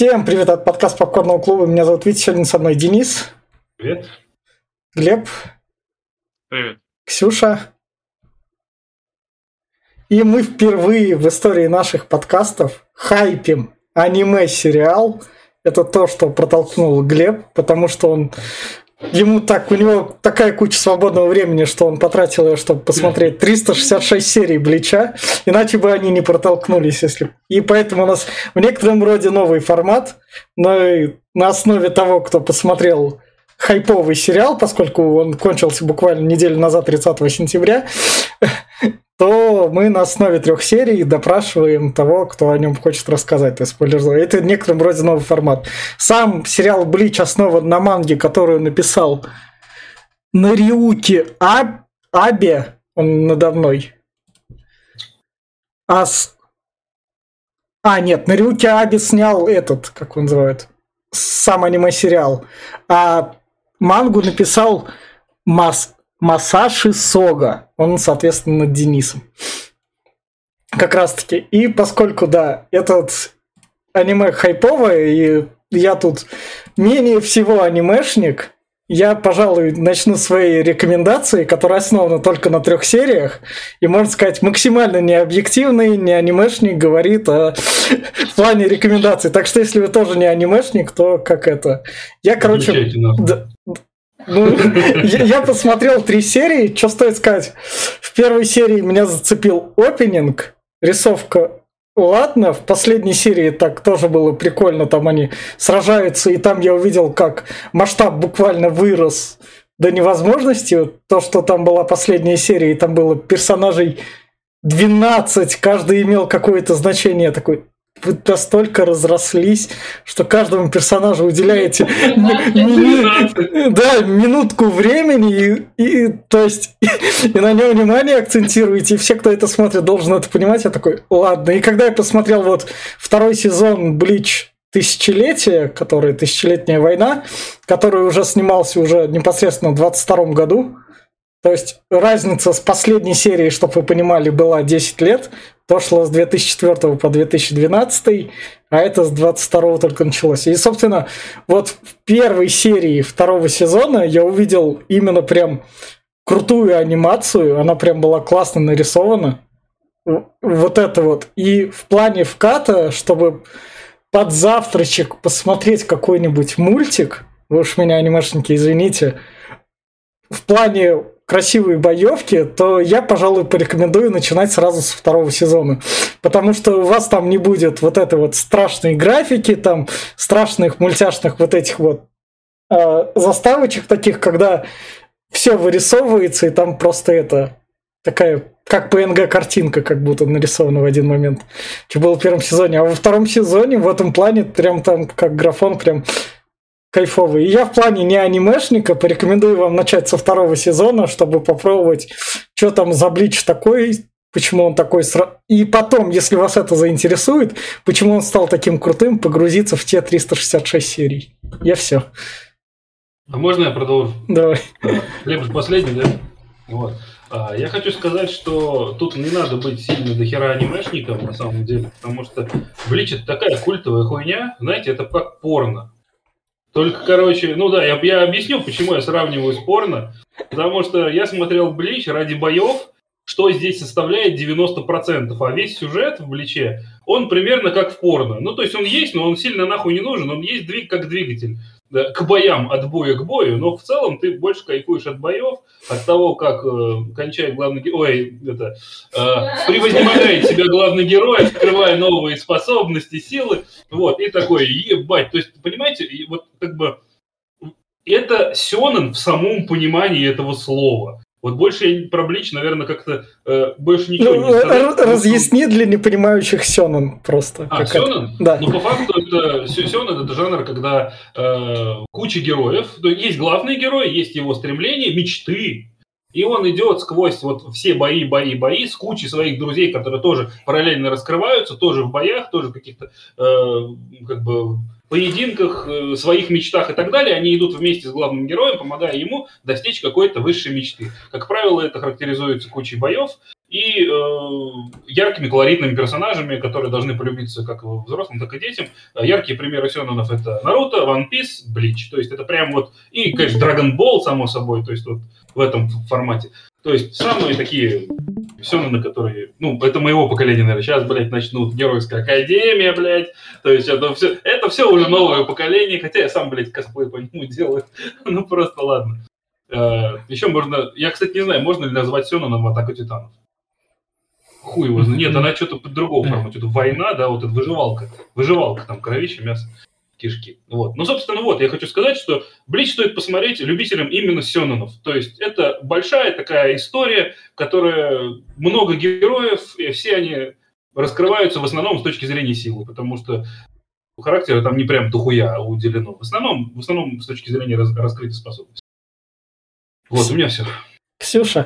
Всем привет от подкаста Попкорного клуба. Меня зовут Витя, сегодня со мной Денис. Привет. Глеб. Привет. Ксюша. И мы впервые в истории наших подкастов хайпим аниме-сериал. Это то, что протолкнул Глеб, потому что у него такая куча свободного времени, что он потратил ее, чтобы посмотреть 366 серий Блича, иначе бы они не протолкнулись. И поэтому у нас в некотором роде новый формат, но и на основе того, кто посмотрел хайповый сериал, поскольку он кончился буквально неделю назад, 30 сентября, то мы на основе 3 серий допрашиваем того, кто о нем хочет рассказать. То есть это в некотором роде новый формат. Сам сериал «Блич» основан на манге, которую написал Нариуки Абе, он надо мной. Нариуки Абе снял как он называет, сам аниме-сериал. А мангу написал Масаши Сога. Он, соответственно, над Денисом. Как раз-таки. И поскольку, этот аниме хайповое, и я тут менее всего анимешник, я, пожалуй, начну свои рекомендации, которые основаны только на 3 сериях, и, можно сказать, максимально необъективный, не анимешник говорит в плане рекомендаций. Так что, если вы тоже не анимешник, то как это? Я посмотрел 3 серии, что стоит сказать. В первой серии меня зацепил опенинг, рисовка. Ладно, в последней серии так тоже было прикольно, там они сражаются, и там я увидел, как масштаб буквально вырос до невозможности. То, что там была последняя серия, и там было персонажей 12, каждый имел какое-то значение. Такой, вы настолько разрослись, что каждому персонажу уделяете минутку времени, и на нем внимание акцентируете, и все, кто это смотрит, должен это понимать. Я такой, ладно. И когда я посмотрел 2 сезон «Блич. Тысячелетие», который «Тысячелетняя война», который уже снимался уже непосредственно в 22 году, то есть разница с последней серией, чтобы вы понимали, была 10 лет. То шло с 2004 по 2012, а это с 22 только началось. И, собственно, в первой серии 2 сезона я увидел именно прям крутую анимацию. Она прям была классно нарисована. И в плане вката, чтобы под завтрачек посмотреть какой-нибудь мультик, вы уж меня, анимешники, извините, в плане красивые боевки, то я, пожалуй, порекомендую начинать сразу с 2 сезона. Потому что у вас там не будет этой страшной графики, там страшных мультяшных заставочек таких, когда все вырисовывается, и там просто такая, как PNG-картинка, как будто нарисована в один момент. Что было в 1 сезоне. А во 2 сезоне в этом плане прям там как графон прям кайфовый. И я в плане не анимешника порекомендую вам начать со 2 сезона, чтобы попробовать, что там за Блич такой, почему он такой. И потом, если вас это заинтересует, почему он стал таким крутым, погрузиться в те 366 серий. Я все. А можно я продолжу? Давай. Глеб же последний, да? Вот. Я хочу сказать, что тут не надо быть сильно дохера анимешником, на самом деле, потому что Блич — это такая культовая хуйня, знаете, это как порно. Только, я объясню, почему я сравниваю с порно. Потому что я смотрел Блич ради боев, что здесь составляет 90%. А весь сюжет в Бличе, он примерно как в порно. То есть он есть, но он сильно нахуй не нужен. Он есть как двигатель. К боям, от боя к бою. Но в целом ты больше кайфуешь от боев, от того, как кончает главный герой. Превознемогает себя главный герой, открывая новые способности, силы. И такой, ебать. То есть, понимаете, это сёнэн в самом понимании этого слова. Больше про Блич, наверное, как-то больше ничего не сказать. Разъясни для непонимающих сёнэн просто. Сёнэн? Да. По факту сёнэн — это жанр, когда куча героев, то есть главный герой, есть его стремления, мечты, и он идет сквозь все бои с кучей своих друзей, которые тоже параллельно раскрываются, тоже в боях, тоже в каких-то поединках, своих мечтах и так далее. Они идут вместе с главным героем, помогая ему достичь какой-то высшей мечты. Как правило, это характеризуется кучей боев. и яркими, колоритными персонажами, которые должны полюбиться как взрослым, так и детям. Яркие примеры сёнэнов — это Наруто, One Piece, Блич. То есть это прям вот... И, конечно, Dragon Ball, само собой, то есть вот в этом формате. То есть самые такие сёнэны, которые... Ну, это моего поколения, наверное. Сейчас, блядь, начнут Геройская Академия, блядь. То есть это все уже новое поколение. Хотя я сам, блядь, косплей по нему делаю. Ну, просто ладно. Еще можно... Я, кстати, не знаю, можно ли назвать сёнэном Атаку Титанов. Хуй его знает. Нет, она что-то под другого формата. Что-то война, да, вот это выживалка. Выживалка, там, кровище, мясо, кишки. Вот. Ну, собственно, вот, я хочу сказать, что Блич стоит посмотреть любителям именно сёнэнов. То есть это большая такая история, которая много героев, и все они раскрываются в основном с точки зрения силы, потому что характера там не прям дохуя уделено. В основном с точки зрения раскрытой способности. Вот, у меня все. Ксюша.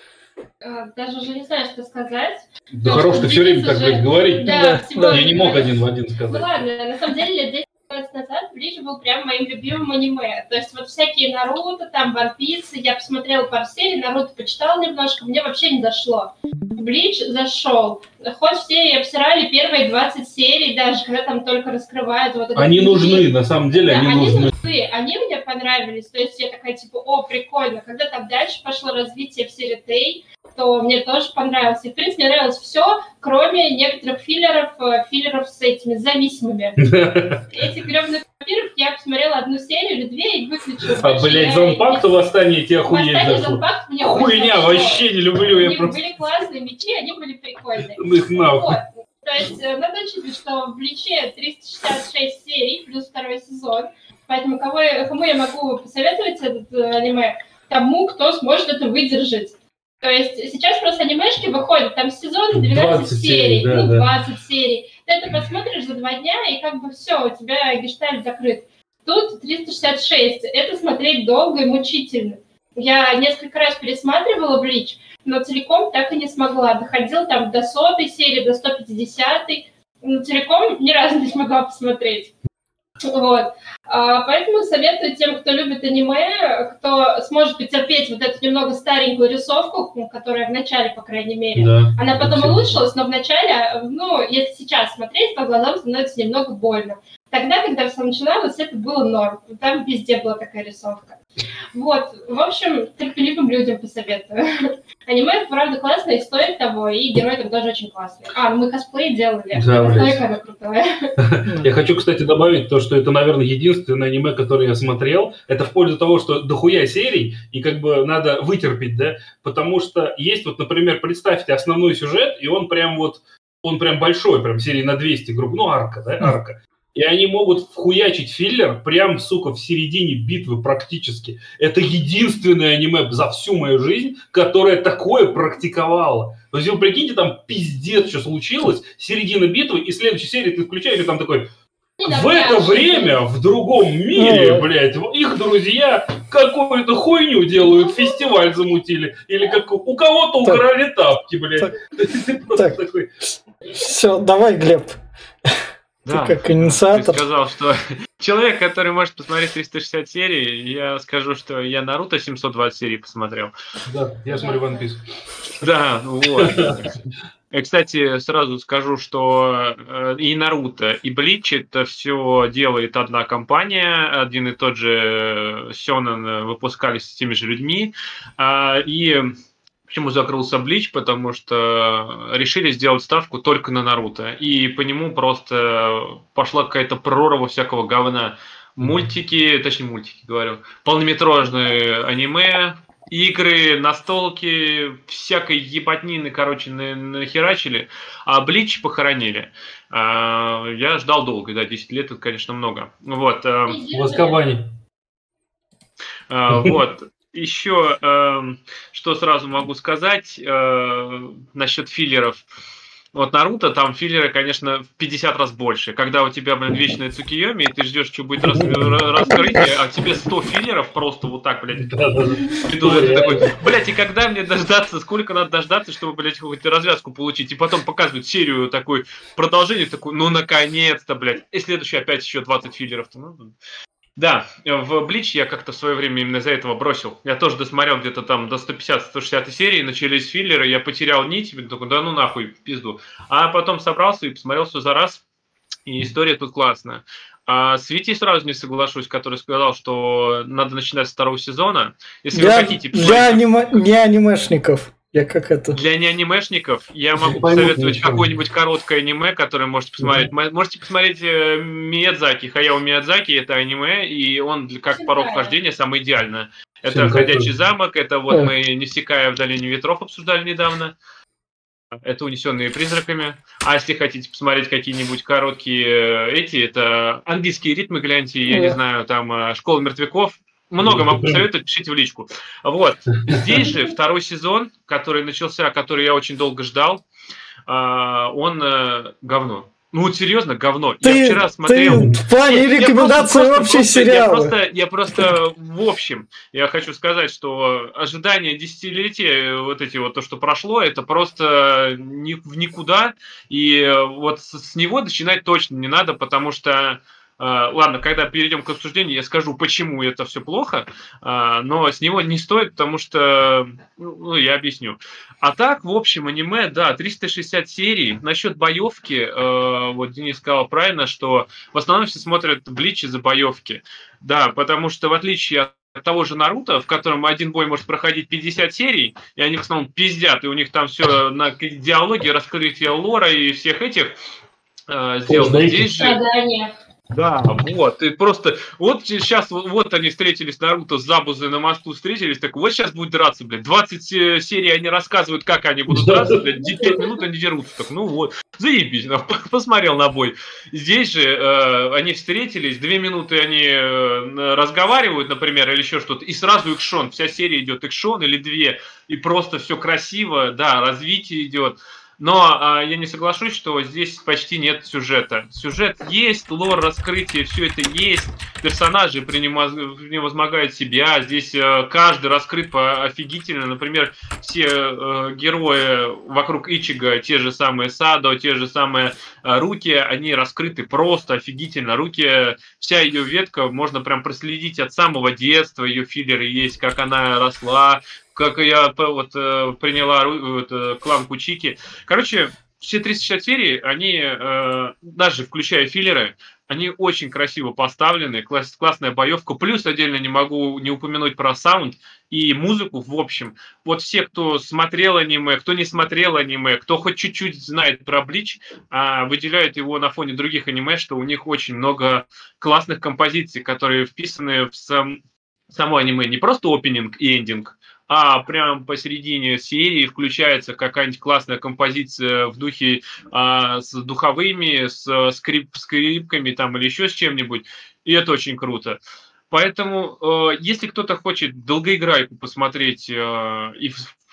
Даже уже не знаю, что сказать. Да хорош, ты все время так, блядь, говорить. Да, я не мог один в один сказать. Ну ладно, на самом деле, лет 10-15 назад Блич был прям моим любимым аниме. То есть вот всякие Наруто, там, One Piece, я посмотрела пару серий, Наруто почитала немножко, мне вообще не зашло. Блич зашел. Хоть все обсирали первые 20 серий, даже когда там только раскрывают вот это. Они нужны, на самом деле, да, они нужны. Они мне понравились, то есть я такая, типа, о, прикольно. Когда там дальше пошло развитие в серии Тей, то мне тоже понравилось. И, в принципе, мне нравилось все, кроме некоторых филлеров с этими зависимыми. Этих гребаных вампиров я посмотрела одну серию или две и выключила. А, блядь, Зомпакт «Восстание» тебе охуеть «Восстание зашло. Зомпакт» мне Хуйня, вообще не люблю. У них были классные мечи, они были прикольные. Их нахуй. Вот. То есть надо учитывать, что в Бличе 366 серий плюс второй сезон. Поэтому кому я могу посоветовать этот аниме? Тому, кто сможет это выдержать. То есть сейчас просто анимешки выходят, там сезон 12 серий, да, 20 серий. Ты это посмотришь за 2 дня, и как бы все, у тебя гештальт закрыт. Тут 366, это смотреть долго и мучительно. Я несколько раз пересматривала Блич, но целиком так и не смогла. Доходила там до 100-й серии, до 150-й, но целиком ни разу не смогла посмотреть. Вот. Поэтому советую тем, кто любит аниме, кто сможет потерпеть вот эту немного старенькую рисовку, которая в начале, по крайней мере. Да, она потом улучшилась, но в начале, ну, если сейчас смотреть, по глазам становится немного больно. Тогда, когда все начиналось, это было норм. Там везде была такая рисовка. Вот. В общем, терпеливым людям посоветую. Аниме, правда, классное, и стоит того, и герой там тоже очень классный. мы косплей делали. Да, какая крутая. Я хочу, кстати, добавить то, что это, наверное, единственное аниме, которое я смотрел. Это в пользу того, что дохуя серий, и как бы надо вытерпеть, да? Потому что есть вот, например, представьте основной сюжет, и он прям большой, прям серии на 200, грубо, ну, арка, да, арка. И они могут вхуячить филлер прям, сука, в середине битвы практически. Это единственное аниме за всю мою жизнь, которое такое практиковало. То есть вы прикиньте, там пиздец, что случилось, середина битвы, и следующей серии ты включаешь, и там такой... В это время в другом мире, блядь, их друзья какую-то хуйню делают, фестиваль замутили. Или как у кого-то украли тапки, блядь. Так. Все, давай, Глеб. Да, ты как инициатор. Ты сказал, что человек, который может посмотреть 360 серий, я скажу, что я Наруто 720 серий посмотрел. Да, я смотрю One Piece. Да, вот. И, кстати, сразу скажу, что и Наруто, и Блич это все делает одна компания, один и тот же сёнэн выпускались с теми же людьми, и почему закрылся Блич? Потому что решили сделать ставку только на Наруто. И по нему просто пошла какая-то прорва всякого говна. Мультики, говорю, полнометражные аниме, игры, настолки, всякой ебатнины, короче, нахерачили, а Блич похоронили. Я ждал долго, да, 10 лет, это, конечно, много. Вот. В Азкабане. Вот. Еще, что сразу могу сказать насчет филлеров. Вот Наруто, там филлеры, конечно, в 50 раз больше. Когда у тебя, блин, вечная Цукиёми, и ты ждешь, что будет раскрытие, а тебе 100 филлеров просто вот так, блядь. Ты такой, блядь, и когда мне дождаться, сколько надо дождаться, чтобы, блядь, какую-то развязку получить? И потом показывают серию такой, продолжение такой, ну, наконец-то, блядь. И следующий опять еще 20 филлеров. Да, в Блич я как-то в свое время именно из-за этого бросил. Я тоже досмотрел где-то там до 150-160 серии, начались филлеры, я потерял нить, такой, да ну нахуй, в пизду. А потом собрался и посмотрел все за раз, и история тут классная. А с Витей сразу не соглашусь, который сказал, что надо начинать с второго сезона. Если вы хотите посмотреть... Не анимешников. Я как это... Для неанимешников я могу посоветовать какое-нибудь короткое аниме, которое можете посмотреть. Можете посмотреть Миядзаки, Хаяо Миядзаки, это аниме, и он как порог вхождения самое идеальное. Это «Ходячий замок», это вот мы «Нефтекая в долине ветров» обсуждали недавно. Это «Унесенные призраками». А если хотите посмотреть какие-нибудь короткие это английские ритмы, гляньте, я не знаю, там «Школа мертвяков». Много могу посоветовать, пишите в личку. Вот. Здесь же второй сезон, который начался, который я очень долго ждал, он говно. Ну вот серьезно, говно. Я вчера смотрел... в плане рекомендаций общий сериал. Я просто в общем, я хочу сказать, что ожидания десятилетия, вот эти вот то, что прошло, это просто в никуда. И вот с него начинать точно не надо, потому что... Ладно, когда перейдем к обсуждению, я скажу, почему это все плохо, но с него не стоит, потому что, я объясню. А так, в общем, аниме, да, 360 серий. Насчет боевки, вот Денис сказал правильно, что в основном все смотрят Блич из-за боевки. Да, потому что в отличие от того же Наруто, в котором один бой может проходить 50 серий, и они в основном пиздят, и у них там все на диалоге, раскрытие лора и всех этих сделано. Здесь же... Да, вот, и просто, вот сейчас, вот они встретились, Наруто с Забузой на мосту встретились, так вот сейчас будет драться, блядь, 20 серий они рассказывают, как они будут драться, блядь, 5 минут они дерутся, так, ну вот, заебись, посмотрел на бой. Здесь же они встретились, 2 минуты они разговаривают, например, или еще что-то, и сразу экшон, вся серия идет экшон или 2, и просто все красиво, да, развитие идет. Но я не соглашусь, что здесь почти нет сюжета. Сюжет есть, лор, раскрытие, все это есть. Персонажи превозмогают себя. Здесь каждый раскрыт офигительно. Например, все герои вокруг Ичиго, те же самые Садо, те же самые Руки, они раскрыты просто офигительно. Руки, вся ее ветка, можно прям проследить от самого детства. Ее филлеры есть, как она росла, как я вот приняла клан Кучики. Короче, все 360 серий, они, даже включая филлеры, они очень красиво поставлены, классная боевка. Плюс отдельно не могу не упомянуть про саунд и музыку. В общем, вот все, кто смотрел аниме, кто не смотрел аниме, кто хоть чуть-чуть знает про Блич, выделяют его на фоне других аниме, что у них очень много классных композиций, которые вписаны в само аниме. Не просто опенинг и эндинг, а прям посередине серии включается какая-нибудь классная композиция в духе с духовыми, с скрипками там или еще с чем-нибудь, и это очень круто. Поэтому, если кто-то хочет долгоиграйку посмотреть и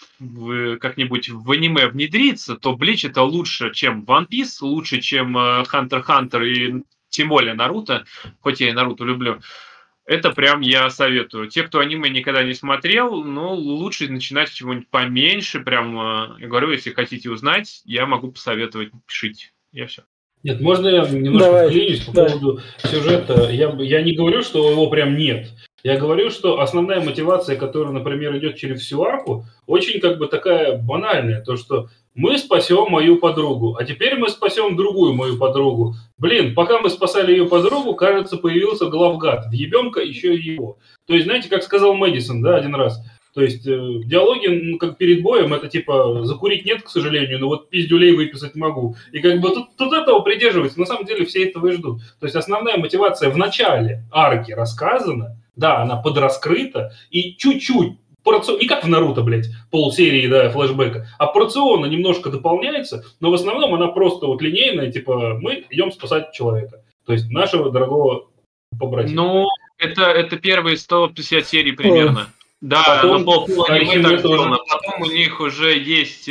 как-нибудь в аниме внедриться, то Блич это лучше, чем One Piece, лучше, чем Hunter x Hunter и тем более Наруто, хоть я и Наруто люблю. Это прям я советую. Те, кто аниме никогда не смотрел, ну, лучше начинать с чего-нибудь поменьше. Прям, я говорю, если хотите узнать, я могу посоветовать, пишите. Я все. Нет, можно я немножко вклинюсь по поводу сюжета? Я не говорю, что его прям нет. Я говорю, что основная мотивация, которая, например, идет через всю арку, очень как бы такая банальная. То, что мы спасем мою подругу, а теперь мы спасем другую мою подругу. Блин, пока мы спасали ее подругу, кажется, появился главгад. Въебем-ка еще и его. То есть, знаете, как сказал Мэдисон, да, один раз. То есть, диалоги, как перед боем, это типа, закурить нет, к сожалению, но вот пиздюлей выписать могу. И как бы тут этого придерживается. На самом деле все этого и ждут. То есть, основная мотивация в начале арки рассказана, да, она подраскрыта, и чуть-чуть, не как в Наруто, блядь, полсерии, да, флешбека, а порционно немножко дополняется, но в основном она просто вот линейная, типа, мы идем спасать человека. То есть, нашего дорогого побратима. Ну, это первые 150 серий примерно. Да, потом, аниме так сделано. Потом у них уже есть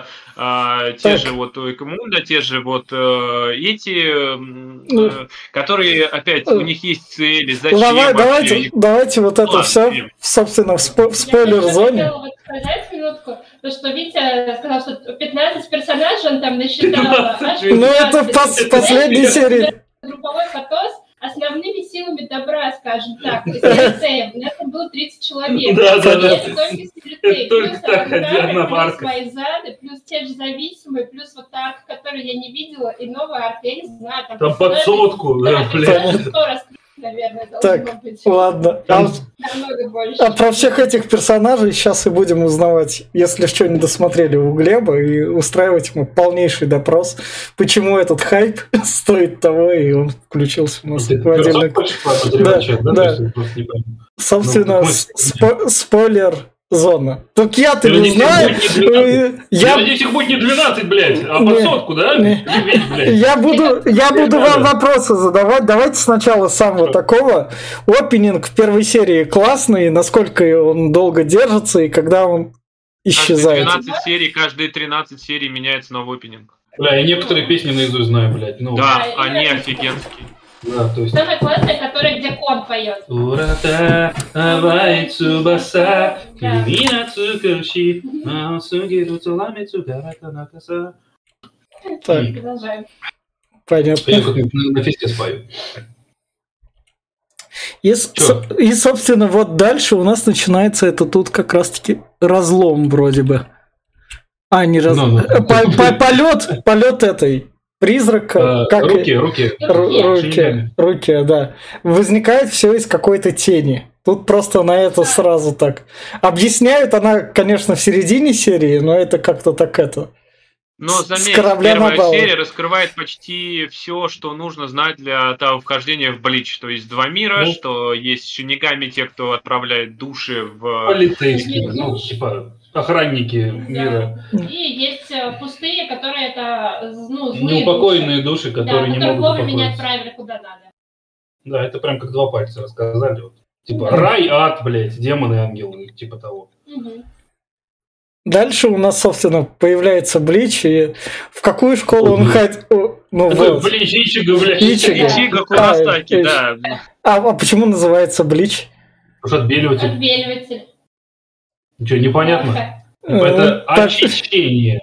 те же вот Экомунда, те же вот эти, которые опять у них есть цели, зачем давайте вот это все, собственно, в спойлер-зоне. Я хотела сказать минутку, то, что Витя сказал, что 15 персонажей он там насчитал. Ну это последняя серия. Групповой патос. Основными силами добра, скажем так. Сиритея, у нас там было 30 человек. Да. Это только Сиритея. Это только Плюс так, одна плюс арка. мои зады, плюс те же зависимые, плюс вот та арка, которую я не видела, и новая арка, я не знаю. Там персонажи- под сотку, да, блядь. персонажи 100 раскрыты, наверное, должно Так, быть. ладно. Намного больше. А про всех этих персонажей сейчас и будем узнавать, если что не досмотрели у Глеба, и устраивать ему полнейший допрос, почему этот хайп стоит того, и он включился у нас в отдельный... Да. Собственно, Ну, так спойлер зона. Так я-то не знаю. Здесь их будет не 12, блядь, а под сотку, да? Я буду вам вопросы задавать. Давайте сначала с самого такого. Опенинг в первой серии классный, насколько он долго держится и когда он исчезает. Каждые 13 серий меняется новый опенинг. Бля, я некоторые песни наизусть знаю, блядь. Ну, Да, они офигенские. да, то есть... Самое классное, которое, где кон поет. Урата, авай, цубаса, кимина, цукерши, маусугиру, цулами, цугарата, накаса. Так, Продолжаем. понятно. Я как на фесте спою. И, собственно, вот дальше у нас начинается это тут как раз-таки разлом вроде бы. А, не разлом. Полет этой призрака. Руки, да. Возникает все из какой-то тени. Тут просто на это сразу так. Объясняют она, конечно, в середине серии, но это как-то так это... Но заметь, первая серия раскрывает почти все, что нужно знать для того вхождения в Блич. То есть 2 мира, что есть шинигами, те, кто отправляет души в... Полицейские, ну, типа охранники мира. И есть пустые, которые это, ну, злые неупокоенные души, которые не могут вовремя не успокоиться. отправили куда надо. Да, это прям как 2 пальца рассказали. Вот. Типа рай, ад, блядь, демоны, ангелы, типа того. Дальше у нас, собственно, появляется Блич, и в какую школу он ходил? Ну, вот. Блич, Ичиго, блядь. Ичиго Куросаки, да. А почему называется Блич? Потому что отбеливатель. Отбеливатель. Ничего, непонятно? Это очищение.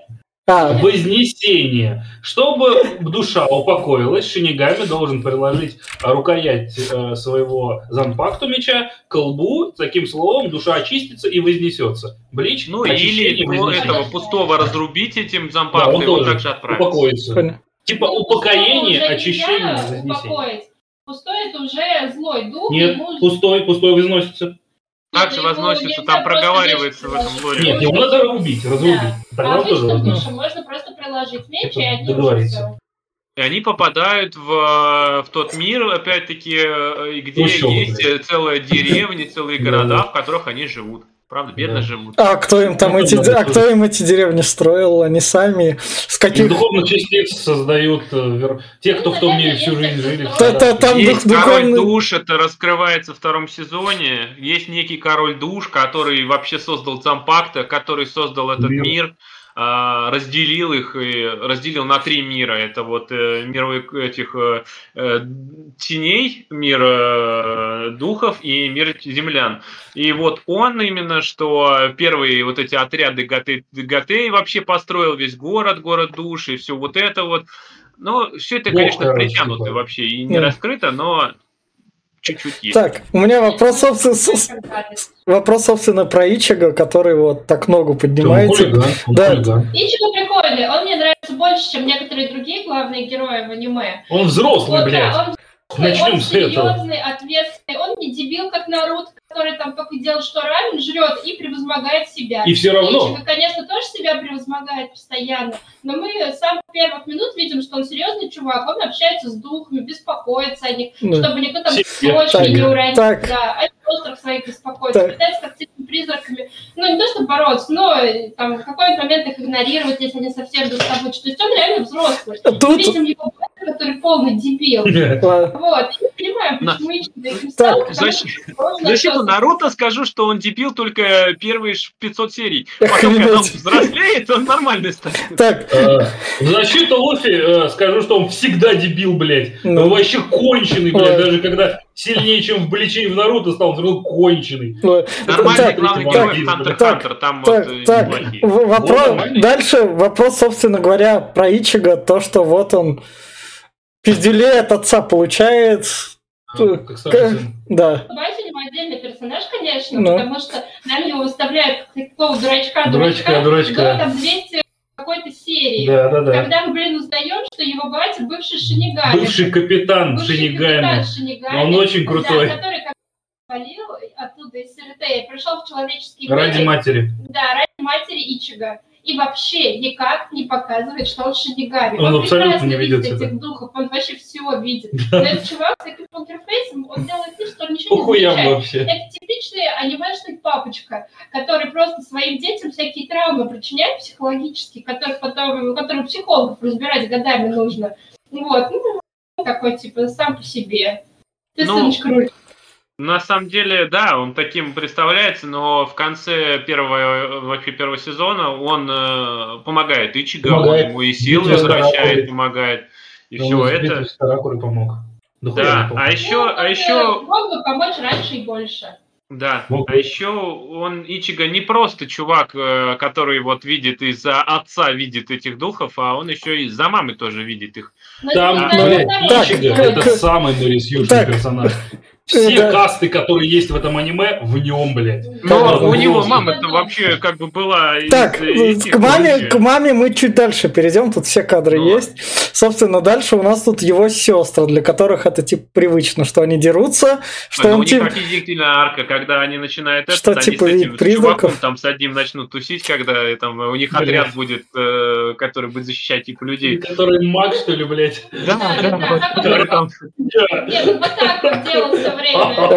Вознесение. Чтобы душа упокоилась, шинигами должен приложить рукоять своего занпакту меча к лбу, таким словом душа очистится и вознесется. Блич, ну или этого пустого разрубить этим занпактом, его также отправить. Упокоится. Типа упокоение, очищение, вознесение. Пустой это уже злой дух. Нет, пустой возносится. Как же возносится, там проговаривается в этом лоре. Нет, его надо разрубить. Да. Обычным душам можно просто приложить меч и одни договориться. И они попадают в тот мир, опять-таки, где есть целая деревня, целые города, в которых они живут. Правда, бедно живут. А кто им там эти деревни строил? Они сами? С каких... Духовных частиц создают те, кто в том мире всю жизнь жили. Есть король душ, это раскрывается в 2 сезоне. Есть некий король душ, который вообще создал Зампакта, который создал этот мир, разделил их и разделил на 3 мира. Это вот мир этих теней, мир духов и мир землян. И вот он именно, что первые вот эти отряды Гатей вообще построил весь город душ и все вот это вот. Но все это, конечно, притянуто вообще и не раскрыто, но чуть-чуть есть. Так, у меня вопрос, собственно, про Ичиго, который вот так ногу поднимаете. Да. Ичиго прикольный, он мне нравится больше, чем некоторые другие главные герои в аниме. Он взрослый, блядь. Он серьезный, ответственный, он не дебил, как Наруто, который там только делает, что равен, жрет и превозмогает себя. И все равно. Ичиго, конечно, тоже себя превозмогает постоянно, но мы с самых первых минут видим, что он серьезный чувак, он общается с духами, беспокоится о них, чтобы никто там почки не уронил. Да, о монстрах своих беспокоится, пытается как с этими призраками, ну не то, чтобы бороться, но там в какой-то момент их игнорировать, если они совсем доставучи. То есть он реально взрослый. Мы видим его брата, который полный дебил. Вот, и понимаем, почему Ичиго этим стал. В защиту Наруто скажу, что он дебил только первые 500 серий. Потом, когда он взрослеет, он нормальный станет. В защиту Луфи скажу, что он всегда дебил, блядь. Он вообще конченый, блядь. Даже когда сильнее, чем в Бличе и в Наруто стал, он все равно конченый. Нормальный главный герой в Хантер x Хантер. Там вот неплохие. Дальше вопрос, собственно говоря, про Ичиго. То, что вот он пиздюлей от отца получает. Как старший сын. Да. Бать у него отдельный персонаж, конечно, Ну. потому что нам его выставляют как такого дурачка до Дурачка. там 200 какой-то серии. Да. Когда мы, узнаем, что его батя бывший Шинигами. Бывший капитан Шинигами. Он очень крутой. Да, который как валил оттуда из Сиритея, пришел в человеческий Ради мир. матери. Да, ради матери Ичига. И вообще никак не показывает, что он Шинигами. Он абсолютно прекрасно не видит видит этих духов, он вообще все видит. Но этот чувак с таким покерфейсом, он делает вид, что он ничего не Похуям замечает. вообще. Это типичный анимешный папочка, который просто своим детям всякие травмы причиняет психологически, которым психологов разбирать годами нужно. Вот, такой, типа, сам по себе. Ты, сыночка, руль. На самом деле, да, он таким представляется, но в конце первого сезона он помогает Ичиго, он ему и силы возвращает, помогает, и все это. Старакуры помог. Да, а еще мог бы помочь раньше и больше. Да, а еще он, Ичиго, не просто чувак, который вот видит из-за отца видит этих духов, а он еще и за мамы тоже видит их. Там, блядь, Ичиго это самый Морис Юшный персонаж. Все касты, которые есть в этом аниме, в нем, блядь. Но у него мама-то вообще как бы была... Так, к маме мы чуть дальше перейдем, тут все кадры есть. Собственно, дальше у нас тут его сестры, для которых это типа привычно, что они дерутся, что он у них офигительная арка, когда они начинают что, они типа, с этим признаков? чуваком там с одним начнут тусить, когда там у них отряд будет, который будет защищать типа людей. Который маг, что ли, блядь? Да. Нет, вот так вот делал все время.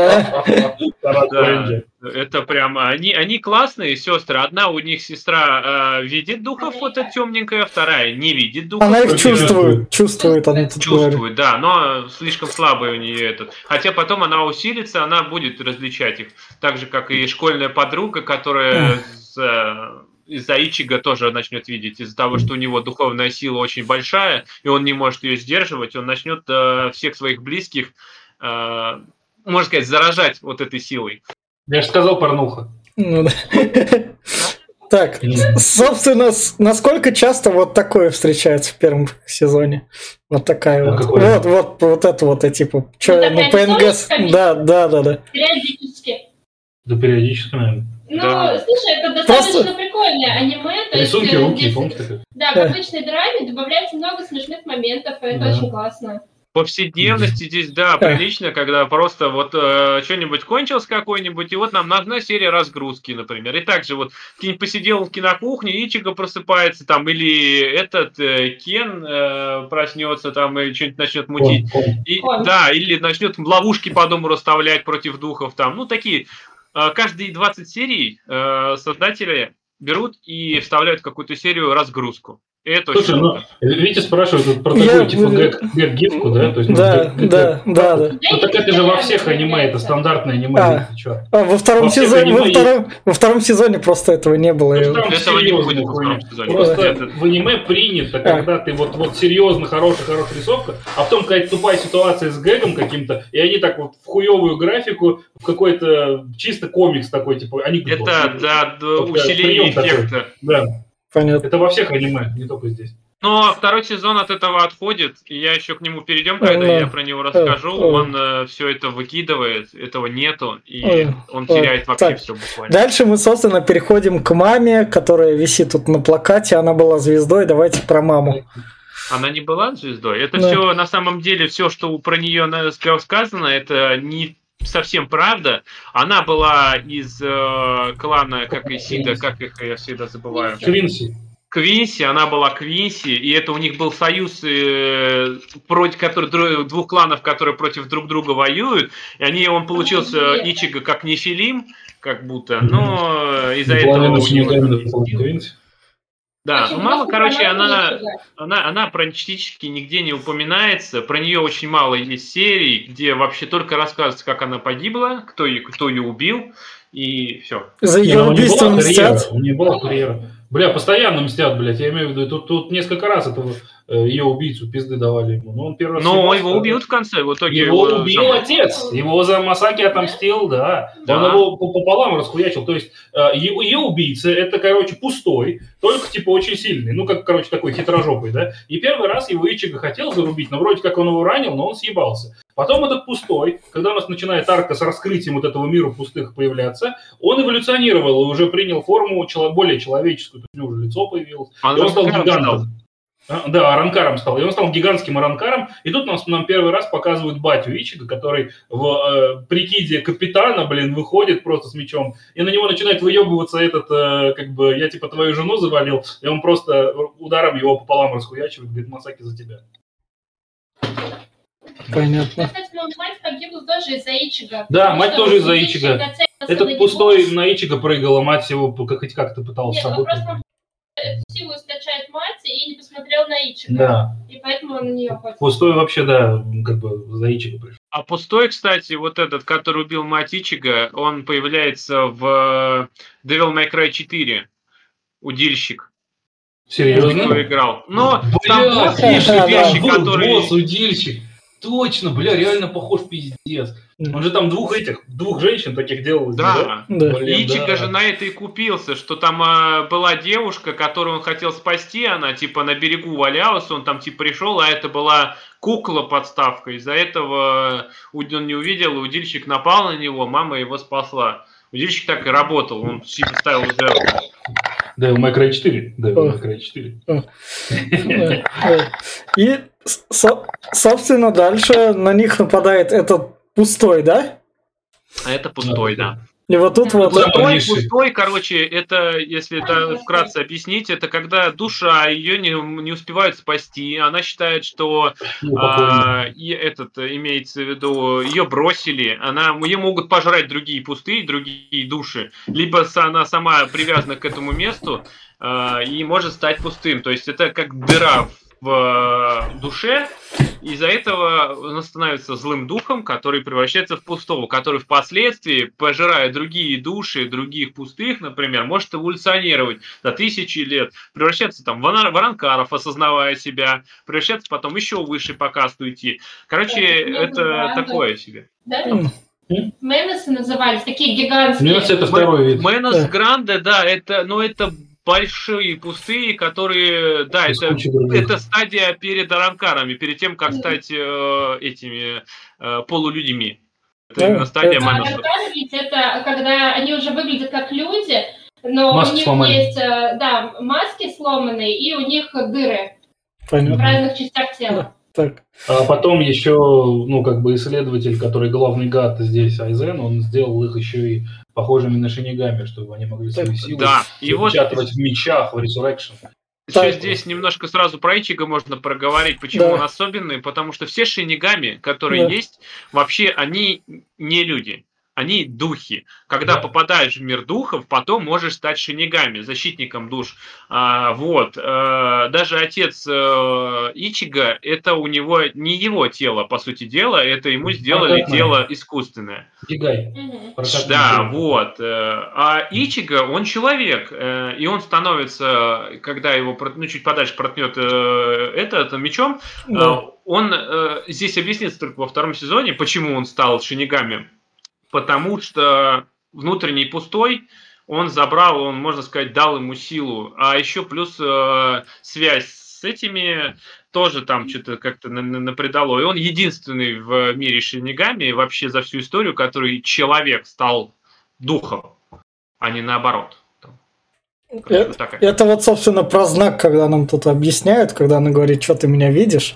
Это прям, они классные сестры. Одна у них сестра видит духов, вот эта темненькая, вторая не видит духов. Она их чувствует, она тут чувствует, да, но слишком слабый у нее этот. Хотя потом она усилится, она будет различать их. Так же, как и школьная подруга, которая из-за Ичиго тоже начнет видеть, из-за того, что у него духовная сила очень большая, и он не может ее сдерживать, он начнет всех своих близких, можно сказать, заражать вот этой силой. Я же сказал порнуха. Так, собственно, насколько часто вот такое встречается в первом сезоне? Вот такая вот. Вот это вот, типа, что на ПНГ... Да. Периодически. Да, периодически, наверное. Слушай, это достаточно прикольное аниме. Рисунки руки, помнишь такое? Да, в обычной драме добавляется много смешных моментов, и это очень классно. Повседневности здесь, да, прилично, когда просто вот что-нибудь кончилось какой-нибудь, и вот нам нужна серия разгрузки, например. И также вот какие-нибудь посиделки на кухне, Ичиго просыпается там, или этот Кен проснется там и что-нибудь начнет мутить. Да, или начнет ловушки по дому расставлять против духов там. Ну, такие, каждые 20 серий создатели берут и вставляют в какую-то серию разгрузку. Это слушай, Витя спрашивает про такую, типа, гэг-гифку, да? То есть, да. Ну, так это же во всех аниме, это стандартное аниме. Во втором сезоне просто этого не было. Этого не будет во втором сезоне. Просто в аниме принято, когда ты вот серьезно хорошая рисовка, а потом какая-то тупая ситуация с гэгом каким-то, и они так вот в хуевую графику, в какой-то чисто комикс такой, типа, анекдот. Это для усиления эффекта. Да. Понятно. Это во всех аниме, не только здесь. Но второй сезон от этого отходит, и я еще к нему перейдем, когда я про него расскажу. Он все это выкидывает, этого нету, и он теряет вообще все буквально. Дальше мы, собственно, переходим к маме, которая висит тут на плакате. Она была звездой. Давайте про маму. Она не была звездой. Это все, на самом деле, все, что про нее сказано, это не совсем правда. Она была из клана, как Исида, как их я всегда забываю. Квинси, она была Квинси, и это у них был союз против двух кланов, которые против друг друга воюют, и он получился Ичиго как Нефилим, как будто, но из-за этого у него... Да, ну мама, короче, она практически нигде не упоминается, про нее очень мало есть серий, где вообще только рассказывается, как она погибла, кто ее убил, и все. За ее убийство мстят. У нее была карьера. Бля, постоянно мстят, блядь, я имею в виду, тут несколько раз этого ее убийцу пизды давали ему. Но он первый раз Но съебался, его убьют в конце, в итоге его убил отец. Его за Масаки отомстил, да. Да. Он его пополам расхуячил. То есть ее убийца, это, короче, пустой, только, типа, очень сильный. Ну, как, короче, такой хитрожопый, да. И первый раз его Ичиго хотел зарубить, но вроде как он его ранил, но он съебался. Потом этот пустой, когда у нас начинает арка с раскрытием вот этого мира пустых появляться, он эволюционировал и уже принял форму более человеческую. То есть у него уже лицо появилось. И он стал гигантом. Да, Аранкаром стал. И он стал гигантским Аранкаром. И тут нам первый раз показывают батю Ичиго, который в прикиде капитана, выходит просто с мечом. И на него начинает выебываться этот, я типа твою жену завалил. И он просто ударом его пополам расхуячивает. Говорит, Масаки за тебя. Понятно. Кстати, мать погибла тоже из-за Ичиго. Да, мать тоже из-за Ичиго. Этот пустой на Ичиго прыгал, а мать его хоть как-то пыталась Нет, работать. Просто эту силу источает мать и не посмотрел на Ичиго. Да. И поэтому он на нее ходит. Пустой вообще, да, за Ичиго пришел. А пустой, кстати, вот этот, который убил мать Ичиго, он появляется в Devil May Cry 4. Удильщик. Серьезно? Кто играл. Но там босс есть удильщик, который... Босс, удильщик. Точно, реально похож пиздец. Он же там двух женщин таких делал. Да. Ичиго да. же на это и купился, что там была девушка, которую он хотел спасти, она типа на берегу валялась, он там типа пришел, а это была кукла-подставка. Из-за этого он не увидел, и удильщик напал на него, мама его спасла. Удильщик так и работал, он типа ставил жертву. Devil May Cry 4. Devil May Cry 4. И, собственно, дальше на них нападает этот пустой, да? А это пустой, да. И вот тут вот... Пустой, короче, это, если это вкратце объяснить, это когда душа, ее не успевают спасти, она считает, что имеется в виду, ее бросили, ее могут пожрать другие пустые, другие души, либо она сама привязана к этому месту и может стать пустым. То есть это как дыра в душе, из-за этого он становится злым духом, который превращается в пустого, который впоследствии, пожирая другие души, других пустых, например, может эволюционировать за 1000 лет, превращаться там в Аранкаров, осознавая себя, превращаться потом еще выше по касту идти. Короче, это такое себе. Да? Менесы назывались, такие гигантские. Менес это второй вид. Менес Гранде, да, это большие пустые, которые, да, это стадия перед Аранкарами, перед тем, как стать этими полулюдьми. Это именно стадия Менеса. Аранкары ведь это когда они уже выглядят как люди, но маски у них сломали. Есть маски сломанные, и у них дыры Понятно. в разных частях тела. Так. А потом еще, исследователь, который главный гад здесь, Айзен, он сделал их еще и похожими на шинигами, чтобы они могли свои силы запечатывать в мечах, в Resurrection. Сейчас здесь немножко сразу про Ичиго можно проговорить, почему он особенный, потому что все шинигами, которые есть, вообще они не люди. Они духи. Когда попадаешь в мир духов, потом можешь стать шинигами, защитником душ. Даже отец Ичиго, это у него не его тело, по сути дела, это ему сделали тело искусственное. Гигай. Да, А Ичиго, он человек, и он становится, когда его чуть подальше проткнет мечом, он здесь объяснится только во 2 сезоне, почему он стал шинигами. Потому что внутренний пустой, он можно сказать, дал ему силу. А еще плюс связь с этими тоже там что-то как-то напредало. И он единственный в мире шинигами вообще за всю историю, который человек стал духом, а не наоборот. Это собственно, про знак, когда нам тут объясняют, когда она говорит, что ты меня видишь.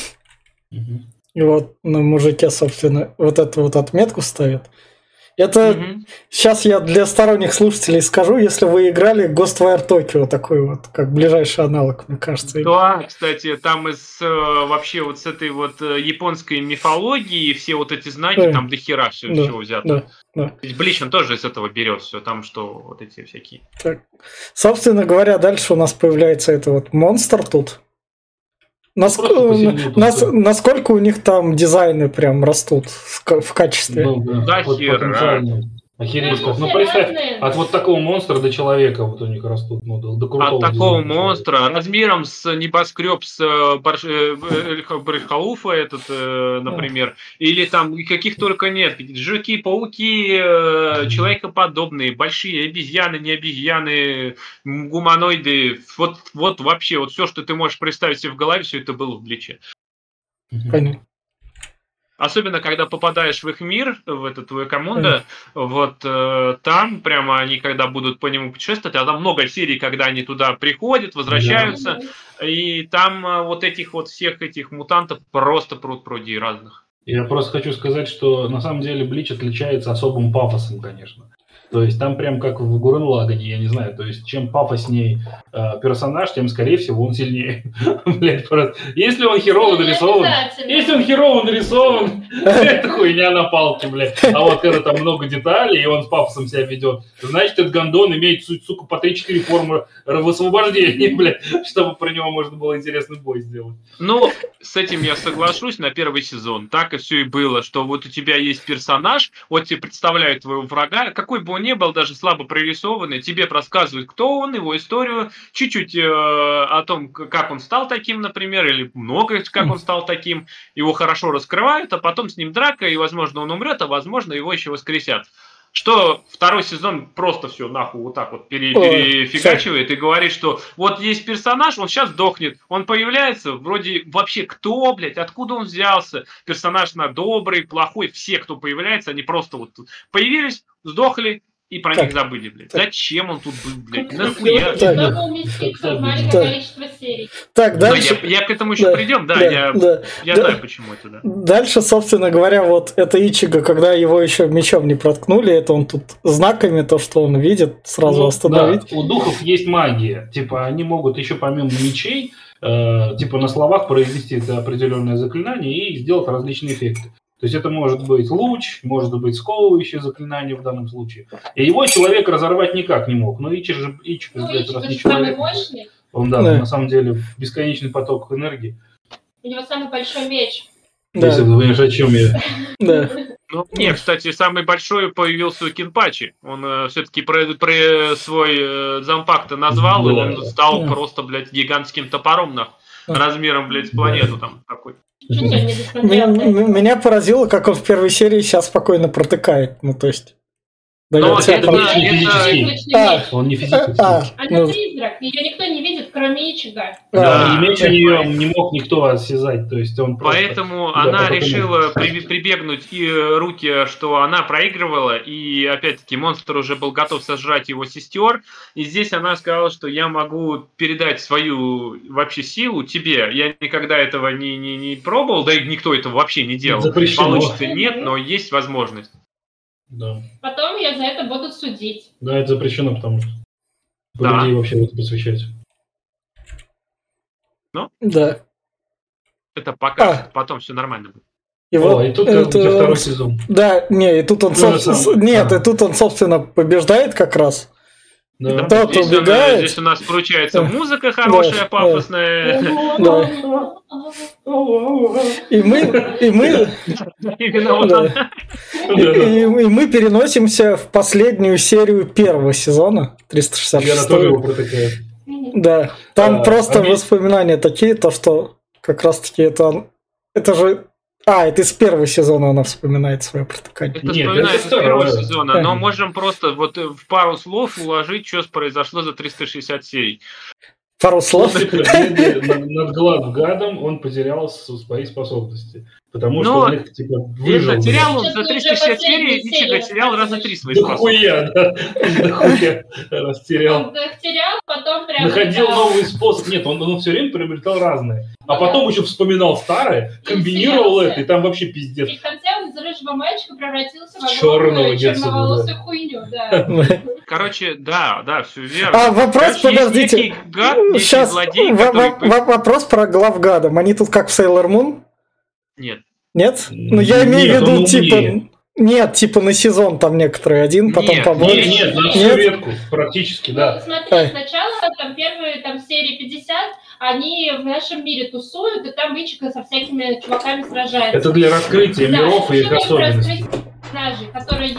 И на мужике, собственно, эту отметку ставят. Это сейчас я для сторонних слушателей скажу, если вы играли Ghostwire Tokyo, такой как ближайший аналог, мне кажется. Да, кстати, там вообще с этой японской мифологии все эти знаки, там дохера всего взято. Блич, он тоже из этого берет все, там что эти всякие. Так. Собственно говоря, дальше у нас появляется этот монстр тут. Насколько у них там дизайны прям растут в качестве? Да, хера. Охереть как. Они Ну, все представь, разные. от вот такого монстра до человека вот у них растут. Ну, до крутого От такого дизайна монстра размером с небоскреб с Бурдж-Халифа этот, например, или там каких только нет, жуки, пауки, человекоподобные, большие обезьяны, не обезьяны, гуманоиды, вот вообще вот все, что ты можешь представить себе в голове, все это было в Бличе. человека. Понятно. Особенно, когда попадаешь в их мир, в эту твою команду, вот там прямо они, когда будут по нему путешествовать, а там много серий, когда они туда приходят, возвращаются, и там вот этих вот всех этих мутантов просто пруд-пруди разных. Я просто хочу сказать, что на самом деле Блич отличается особым пафосом, конечно. То есть там прям как в Гуррен Лагане, я не знаю, то есть чем пафосней персонаж, тем, скорее всего, он сильнее. Блять, просто. Если он херово нарисован, это хуйня на палке, блядь. А вот когда там много деталей, и он с пафосом себя ведет, значит, этот гондон имеет, сука, по 3-4 формы высвобождения, блядь, чтобы про него можно было интересный бой сделать. Ну, с этим я соглашусь на первый сезон. Так и все и было, что вот у тебя есть персонаж, вот тебе представляют твоего врага, какой бы он ни был, даже слабо прорисованный, тебе рассказывают, кто он, его историю, чуть-чуть о том, как он стал таким, например, или много как он стал таким, его хорошо раскрывают, а потом с ним драка, и, возможно, он умрет, а, возможно, его еще воскресят. Что второй сезон просто все нахуй вот так вот перефигачивает и говорит, что вот есть персонаж, он сейчас сдохнет, он появляется, вроде вообще кто, блядь, откуда он взялся, персонаж на добрый, плохой, все, кто появляется, они просто вот появились, сдохли и про них забыли, блядь. Зачем он тут был, блядь, нахуя? Чтобы уместиться в маленькое количество серий. Так, дальше... Я к этому еще придем, я знаю, почему это, да. Дальше, собственно говоря, вот это Ичиго, когда его еще мечом не проткнули, это он тут знаками, то, что он видит, сразу остановить. Да, у духов есть магия. Типа, они могут еще помимо мечей, типа на словах произвести это определенное заклинание и сделать различные эффекты. То есть это может быть луч, может быть сковывающее заклинание в данном случае. И его человек разорвать никак не мог. Но Ичиго, блядь, раз не человек, он, да, на самом деле бесконечный поток энергии. У него самый большой меч. Да. Если ты понимаешь, о чем я. Да. Ну, нет, кстати, самый большой появился у Кинпачи. Он все-таки про свой зампакт назвал, и он стал просто, блядь, гигантским топором, нахуй. Размером, блядь, с планету там такой. Меня поразило, как он в первой серии сейчас спокойно протыкает. Ну, то есть... Он не физический. Она призрак, ее никто не видит, кроме Ичиго. Да, и меч у нее не мог никто осязать. То есть он просто... Поэтому она решила прибегнуть и руки, что она проигрывала, и опять-таки монстр уже был готов сожрать его сестер. И здесь она сказала, что я могу передать свою вообще силу тебе. Я никогда этого не пробовал, да и никто этого вообще не делал. Получится нет, но есть возможность. Да. Потом ее за это будут судить. Да, это запрещено, потому что людей вообще в это посвящать. Ну? Да. Это пока, потом все нормально будет. И тут это... второй сезон. Да, не, и тут он, и тут он, собственно, побеждает как раз. Да. Тот убегает. Здесь у нас получается музыка хорошая, пафосная. Да. И мы переносимся в последнюю серию первого сезона, 366. Да, там просто воспоминания такие, то что как раз таки это же... это из первого сезона она вспоминает свое протыкание. Это вспоминает из первого сезона, но можем просто вот в пару слов уложить, что произошло за 360 серий. Пару слов? Над Главгадом он потерял свои способности. Потому что он их, типа, выжил. Терял он за 360 серий, Ичиго терял раза 3 свои способности. Дохуя растерял. Он их терял, потом прям... Находил новый способ. Нет, он все время приобретал разные. А потом еще вспоминал старое, комбинировал это, и там вообще пиздец. И в конце он из рыжего мальчика превратился в черного черноволосую хуйню, да. Короче, да, все верно. А вопрос, подождите. Сейчас, вопрос про Главгада. Они тут как в Sailor Moon? Нет. Нет? Ну, я имею в виду, типа... Нет, типа на сезон там некоторые один, потом побольше. Нет, на всю ветку, практически, да. Ну, смотри, сначала там первые серии 50, они в нашем мире тусуют, и там Ичиго со всякими чуваками сражается. Это для раскрытия миров и их особенностей. Которые его друзья.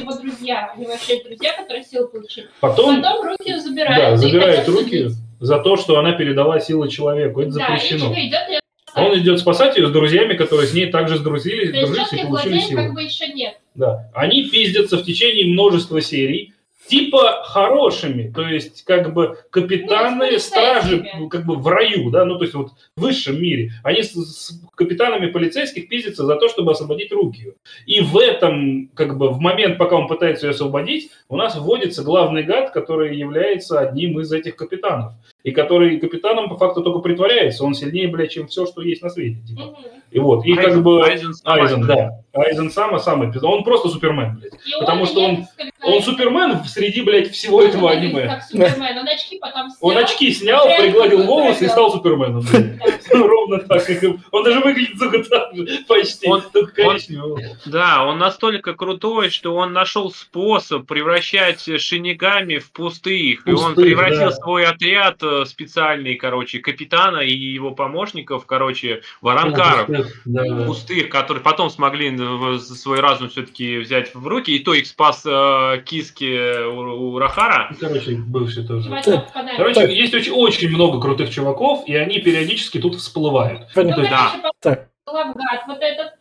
друзья. У него вообще есть друзья, которые силу получили. Потом руки забирают. да, и забирает хотят руки судить. за то, что она передала силы человеку. Это Да, запрещено. и идет её Он идет спасать ее с друзьями, которые с ней также сдружились, То есть дружились и четких получили владений силу. как бы еще нет. Да. Они пиздятся в течение множества серий, типа хорошими, то есть как бы капитаны, Ну, с стражи полицейскими. как бы в раю, да, ну то есть вот в высшем мире. Они с капитанами полицейских пиздятся за то, чтобы освободить руки. И в этом, как бы в момент, пока он пытается ее освободить, у нас вводится главный гад, который является одним из этих капитанов. И который капитаном по факту только притворяется. Он сильнее, блядь, чем все, что есть на свете. Типа. Мгм. И вот, и Айзен- как бы... Айзен самый, Айзен, да. Айзен самый пизда. Он просто Супермен, блядь. И Потому что он несколько Супермен среди, блядь, всего этого выглядит аниме. как Супермен. Он очки потом снял. Он очки снял, Прям пригладил как волосы и Супермен. стал Суперменом. блядь. Да. Ровно так, как и... Он даже выглядит, сука, так же, почти. Он- Только коричневый. Да, он настолько крутой, что он нашел способ превращать шинигами в пустых. И он Пустых, превратил да. свой отряд специальный, капитана и его помощников, в аранкаров. Да, да. Пустых, которые потом смогли свой разум все-таки взять в руки. И то их спас Киски у Рахара. Короче, бывший тоже. Чувачок в Канаде. Короче, Так. есть очень много крутых чуваков, и они периодически тут всплывают. Понятно. То есть, Да. Так. Главгад, вот этот,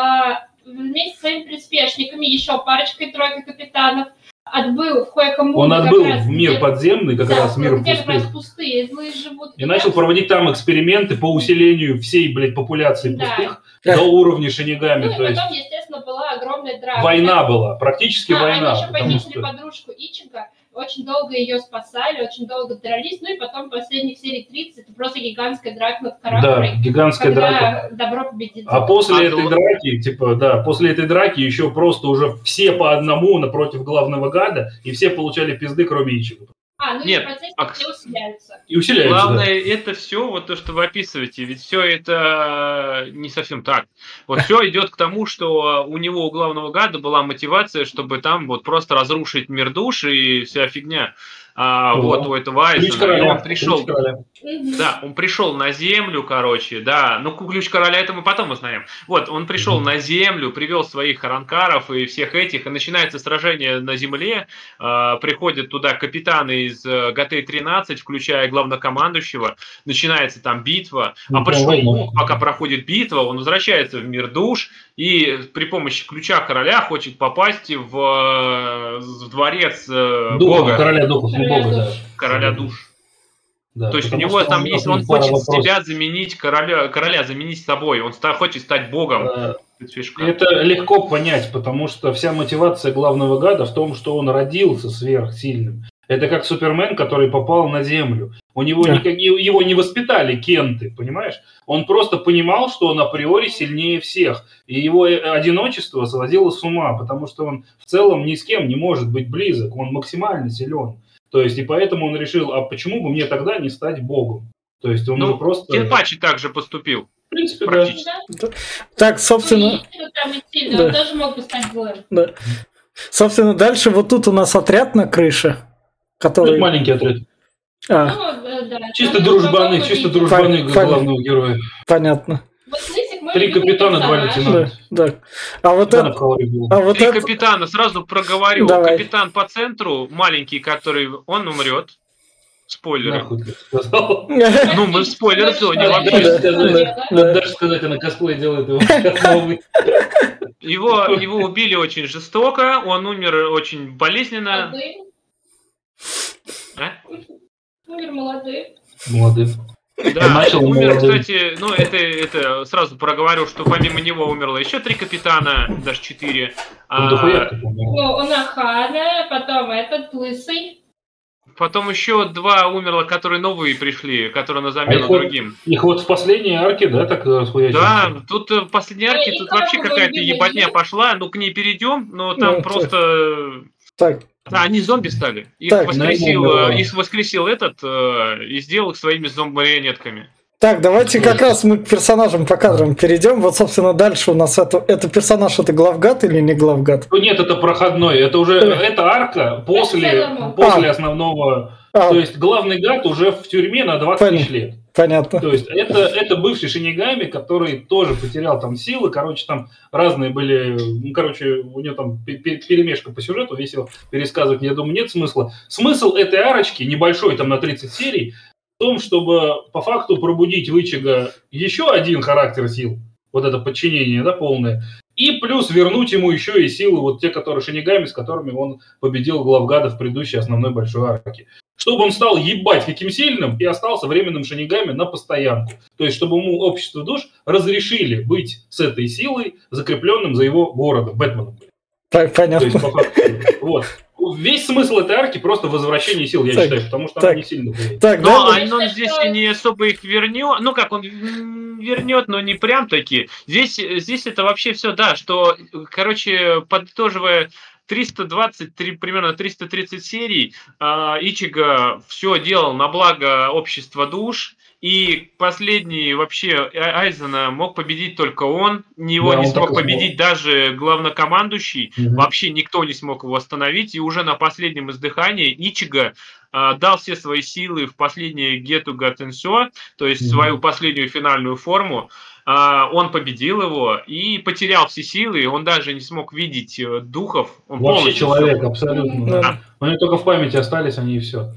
вместе с своими приспешниками, еще парочкой, тройкой капитанов, отбыл в Хойкомбу. он отбыл в мир подземный, как раз мир где как раз пустых. пустые, злые живут. И начал проводить там эксперименты по усилению всей, блядь, популяции Да. пустых Да. до уровня шинигами. Ну и То есть потом, естественно, была огромная драка. война была, практически война. Они еще Потому похитили что... подружку Ичика, очень долго ее спасали, очень долго дрались, ну и потом последних серий 30 это просто гигантская драка над Да, кораблем, гигантская драка. когда добро победит. А после А этой дл- драки, типа, да, после этой драки еще просто уже все по одному напротив главного гада, и все получали пизды, кроме Ичиго. Ну Нет, и в процессе а все усиляются. И усиляются, Главное, это все, вот то, что вы описываете, ведь все это не совсем так. Вот все идет к тому, что у него, у главного гада, была мотивация, чтобы там вот просто разрушить мир душ и вся фигня. Вот у этого Ключ Айзена, и короля. он пришел. Ключ короля. Мгм. Да, он пришел на землю, короче, да. Ну, ключ короля это мы потом узнаем. Вот, он пришел на землю, привел своих аранкаров и всех этих, и начинается сражение на земле. Приходят туда капитаны из ГТ-13, включая главнокомандующего. Начинается там битва. Ну, А прям война. почему, пока проходит битва, он возвращается в мир душ и при помощи ключа короля хочет попасть в дворец Духов, бога, короля духов, не Короля бога, да. душ. короля душ. Да, То есть у потому него что там есть, он пара хочет вопросов. себя заменить, короля заменить собой, он хочет стать богом. Это фишка. Это легко понять, потому что вся мотивация главного гада в том, что он родился сверхсильным. Это как Супермен, который попал на Землю. У него Да. его не воспитали кенты, понимаешь? Он просто понимал, что он априори сильнее всех. И его одиночество сводило с ума, потому что он в целом ни с кем не может быть близок. Он максимально силен. То есть, и поэтому он решил, а почему бы мне тогда не стать богом? То есть, он Ну, уже просто... Кенпачи также поступил. В принципе, да. практически. Да. Так, Ну, собственно, если там идти, Да. он тоже мог бы стать злым. да. Собственно, дальше вот тут у нас отряд на крыше, Ну, который... это маленький отряд. Да. Чисто Там дружбаны, потом чисто увидим. дружбаны Понятно. главного героя. Понятно. Вот Лысик мой 3 любимый капитана, 2 персонаж. лейтенанта. Да. А вот Капитана это... Калари был. А вот Три это... капитана, сразу проговорю. Давай. Капитан по центру, маленький, который, он умрет. Спойлеры. Нахуй ты сказал. Ну, мы в спойлер-зоне Да, вообще. даже сказать, Да. надо даже сказать, она косплей делает его как новый. Его убили очень жестоко, он умер очень болезненно. Молодым. А? Умер молодым. Молодым. Да, Начал умер, молодым. кстати, ну это сразу проговорю, что помимо него умерло еще 3 капитана, даже 4. Он дохуя ты помнишь. Ну, он Ахана, потом этот Лысый. Потом еще 2 умерло, которые новые пришли, которые на замену их вот- другим. Их вот в последней арке, да, так расхуячили? Да, тут в последней арке Ой, тут и как вообще его какая-то любимый ебатня есть? пошла, ну к ней перейдем, но там Ну, просто... Так, Да, они зомби стали. Их Так, воскресил этот и сделал их своими зомби-марионетками. так, давайте как раз мы к персонажам по кадрам перейдем. Вот, собственно, дальше у нас это персонаж, это главгад или не главгад? Ну, нет, это проходной. Это уже эта арка после целому. основного. А. То есть главный гад уже в тюрьме на 20 тысяч лет. Понятно. То есть это бывший Шинигами, который тоже потерял там силы, короче, там разные были, ну, короче, у него там перемешка по сюжету, весь его пересказывать, я думаю, нет смысла. Смысл этой арочки, небольшой, там на 30 серий, в том, чтобы по факту пробудить в Ичиго еще один характер сил, вот это подчинение, да, полное, и плюс вернуть ему еще и силы, вот те, которые Шинигами, с которыми он победил главгада в предыдущей основной большой арке. Чтобы он стал ебать каким сильным и остался временным Шинигами на постоянку. То есть, чтобы ему общество душ разрешили быть с этой силой, закрепленным за его городом, Бэтменом. Понятно. То есть, по факту, вот. Весь смысл этой арки просто возвращение сил, я считаю, потому что она не сильно влияет. Но он здесь не особо их вернет. Ну как, он вернет, но не прям таки. Здесь это вообще все, да, что, короче, подытоживая 323, примерно 330 серий, Ичиго все делал на благо общества душ, и последний вообще Айзена мог победить только он, его не смог победить даже главнокомандующий, вообще никто не смог его остановить, и уже на последнем издыхании Ичиго дал все свои силы в последнее Гетуга Тенсё, то есть свою последнюю финальную форму. Он победил его и потерял все силы, он даже не смог видеть духов. Он вообще человек, абсолютно. Да. У него только в памяти остались они и все.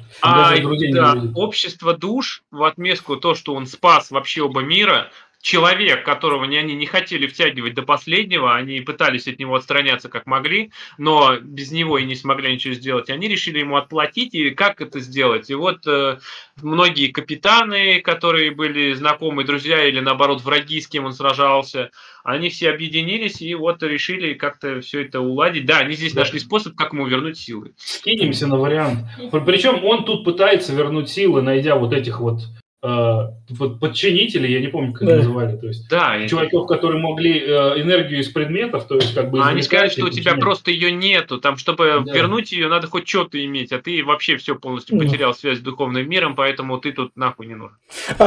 Общество душ, в отместку то, что он спас вообще оба мира, человек, которого они не хотели втягивать до последнего, они пытались от него отстраняться как могли, но без него и не смогли ничего сделать. Они решили ему отплатить, и как это сделать? И вот многие капитаны, которые были знакомые, друзья или наоборот враги, с кем он сражался, они все объединились и вот решили как-то все это уладить. Да, они здесь нашли способ, как ему вернуть силы. Скинемся на вариант. Причем он тут пытается вернуть силы, найдя вот этих вот подчинители, я не помню, как их называли, то есть чуваков, которые могли энергию из предметов, то есть как бы... Они сказали, что у тебя просто ее нету, там, чтобы вернуть ее, надо хоть что-то иметь, а ты вообще все полностью потерял связь с духовным миром, поэтому ты тут нахуй не нужен.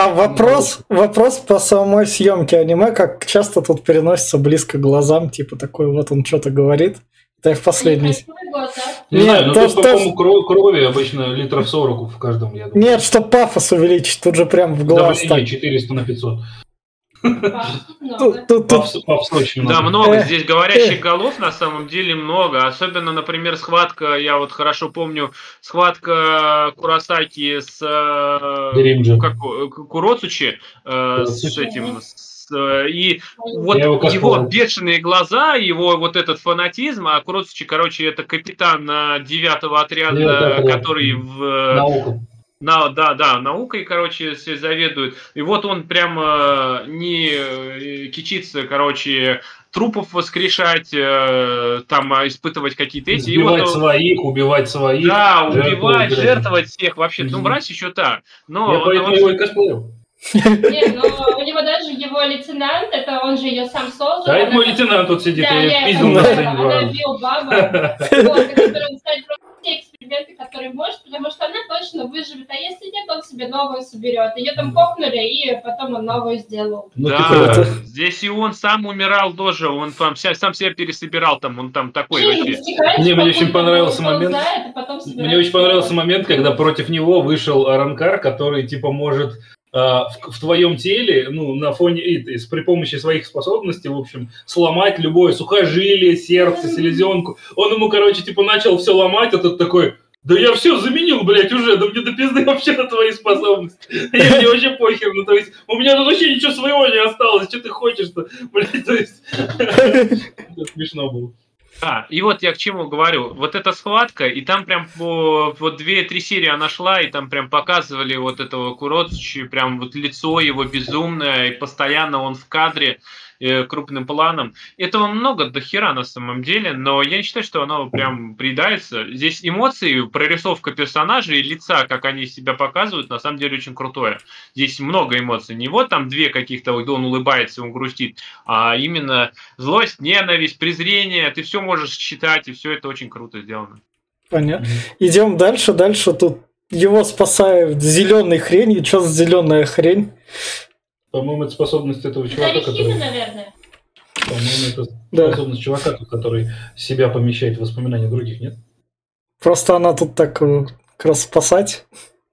Вопрос по самой съемке аниме, как часто тут переносится близко к глазам, типа такой вот он что-то говорит. Это в последний. Не знаю, но тут, по-моему, крови обычно литров 40 в каждом, я думаю. Нет, чтобы пафос увеличить, тут же прям в глаз. Да, 400 на 500. Да, много. Здесь говорящих голов на самом деле много. Особенно, например, схватка, я вот хорошо помню, схватка Куросаки с Куроцучи, с этим... И вот его бешеные глаза, его вот этот фанатизм, а Куроцучи, короче, это капитан 9-го отряда, который в... наукой, короче, заведует. И вот он прям не кичится, короче, трупов воскрешать, там испытывать какие-то эти... Убивать своих. Да, убивать, жертвовать всех вообще. Ну, мразь еще так. Но я поэтому его и косплею. Нет, но у него даже его лейтенант, это он же ее сам создал. Да, это мой лейтенант тут сидит, я пиздил на сцене. Она биобаба, которая ставит просто те эксперименты, которые может, потому что она точно выживет, а если нет, он себе новую соберет. Ее там кокнули, и потом он новую сделал. Да, здесь и он сам умирал тоже, он там сам себя пересобирал, там, он там такой вообще. Мне очень понравился момент. Мне очень понравился момент, когда против него вышел Аранкар, который типа может... в твоем теле, ну, на фоне, при помощи своих способностей, в общем, сломать любое сухожилие, сердце, селезенку. Он ему, короче, типа, начал все ломать, а тот такой, да я все заменил, блядь, уже, да мне до пизды вообще на твои способности. Мне вообще похер, ну, то есть, у меня тут вообще ничего своего не осталось, что ты хочешь-то, блядь, то есть, это смешно было. И вот я к чему говорю. Вот эта схватка, и там прям вот 2-3 серии она шла, и там прям показывали вот этого Куроцучи, прям вот лицо его безумное, и постоянно он в кадре крупным планом. Этого много до хера на самом деле, но я не считаю, что оно прям приедается. Здесь эмоции, прорисовка персонажей, лица, как они себя показывают, на самом деле очень крутое. Здесь много эмоций. Не вот там две каких-то, он улыбается, он грустит, а именно злость, ненависть, презрение. Ты все можешь считать, и все это очень круто сделано. Понятно. Идем дальше. Дальше тут его спасает зеленой хрень. И что за зеленая хрень? По-моему, это способность этого чувака, который... наверное. По-моему, это способность чувака, который себя помещает в воспоминания других, нет? Просто она тут так как раз спасать.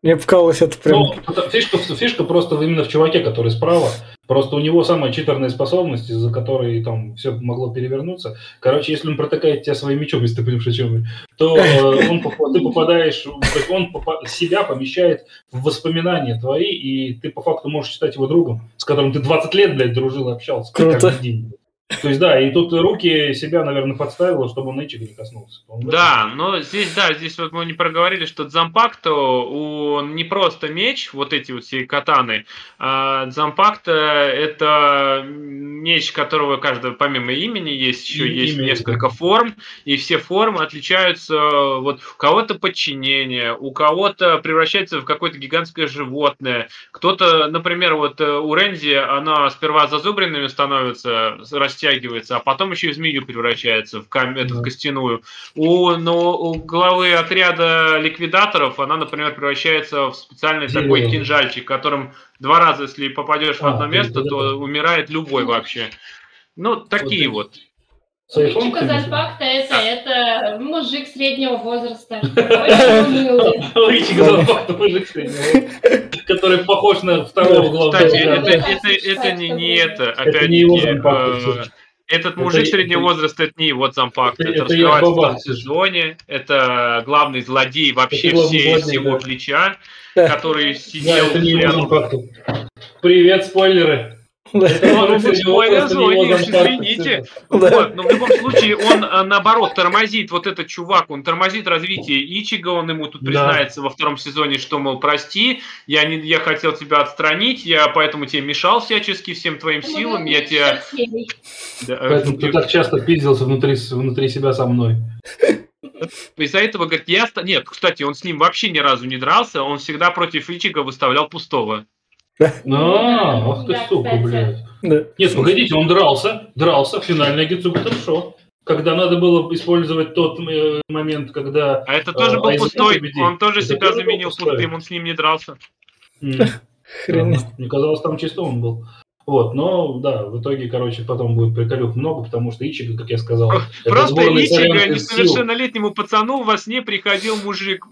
Мне показалось, это прям... Ну, фишка просто именно в чуваке, который справа. Просто у него самая читерная способность, из-за которой там все могло перевернуться. Короче, если он протыкает тебя своим мечом, если ты понимаешь, о чем я, то ты попадаешь... То есть он себя помещает в воспоминания твои, и ты по факту можешь считать его другом, с которым ты 20 лет, блядь, дружил и общался. Круто. Каждый день. То есть, да, и тут руки себя, наверное, подставила, чтобы он Ичиго не коснулся. Да, но здесь вот мы не проговорили, что Дзампакто, он не просто меч, вот эти вот все катаны, а Дзампакто это меч, которого каждого помимо имени есть еще есть несколько форм, и все формы отличаются, вот у кого-то подчинение, у кого-то превращается в какое-то гигантское животное, кто-то, например, вот у Рэнди, она сперва зазубренными становится, растягивается, а потом еще и в змею превращается, в костяную. У главы отряда ликвидаторов она, например, превращается в специальный такой кинжальчик, которым 2 раза, если попадешь в одно место, то умирает любой вообще. Ну, такие вот. Ичиго Дзампакто это мужик среднего возраста. Ичиго Дзампакто мужик среднего возраста, который похож на второго главного. Кстати, это не это. Опять-таки, этот мужик среднего возраста, это не его Дзампакто. Это раскрывается в том сезоне. Это главный злодей вообще всего плеча, который сидел рядом. Привет, спойлеры. Извините. Вот, но в любом случае он наоборот тормозит, вот этот чувак, он тормозит развитие Ичиго, он ему тут признается во 2 сезоне, что, мол, прости, я хотел тебя отстранить, я поэтому тебе мешал всячески всем твоим силам, я тебя... Поэтому ты так часто пиздился внутри себя со мной. Из-за этого, говорит, Нет, кстати, он с ним вообще ни разу не дрался, он всегда против Ичиго выставлял пустого. Ах ты, сука, блядь. Нет, погодите, он дрался в финальной Гицугата шоу. Когда надо было использовать тот момент, когда... А это тоже был пустой, он тоже себя заменил пустым, он с ним не дрался. Мне казалось, там чисто он был. Вот, но, да, в итоге, короче, потом будет приколюх много, потому что Ичиго, как я сказал... Просто Ичиго несовершеннолетнему пацану во сне приходил мужик.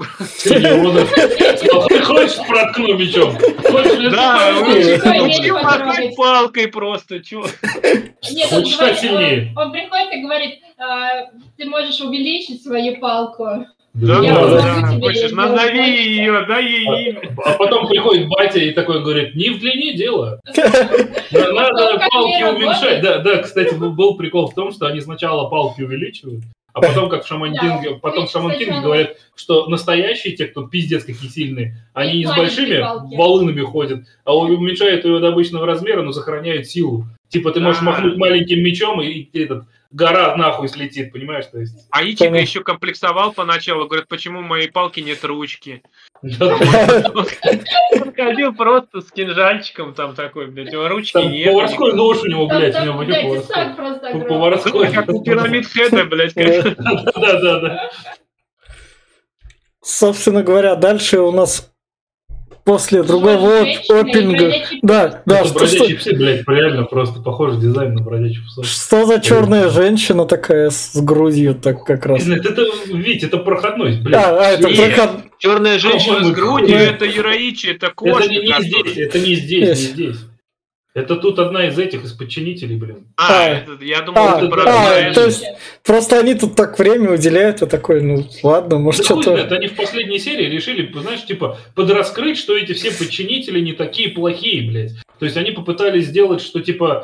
Хочешь проткну мечом? Да, учил махать палкой просто, чё? Хочешь стать сильнее? Он приходит и говорит, ты можешь увеличить свою палку. Да, хочешь, назови ее, дай ей имя. А потом приходит батя и такой говорит, не в длине дело. Надо палки уменьшать. Да, кстати, был прикол в том, что они сначала палки увеличивают, а потом, как в Шаман Кинге, говорят, что настоящие, те, кто пиздец какие сильные, они не с большими волынами ходят, а уменьшают ее до обычного размера, но сохраняют силу. Типа ты можешь махнуть маленьким мечом, и этот гора нахуй слетит, понимаешь? То есть... А Ичиго еще комплексовал поначалу, говорит, почему у моей палки нет ручки. Он ходил просто с кинжальчиком там такой, блядь, у ручки нет. Поварской нож у него, блядь, у него поварской. Как у Пирамид Хэда, блядь. Да. Собственно говоря, дальше у нас после другого опенинга... Да. Бродячие псы, блядь, реально просто похожий дизайн на бродячих псов. Что за черная женщина такая с грудью, так как раз? Это, Вить, это проходной, блядь. Это проходной. Черная женщина с грудью, это Юраичи, это кошка. Это не здесь. Это тут одна из этих, из подчинителей, блин. Я думал, это то есть, просто они тут так время уделяют, и такой, ладно, может, что-то... Это они в последней серии решили, знаешь, типа, подраскрыть, что эти все подчинители не такие плохие, блядь. То есть они попытались сделать, что, типа,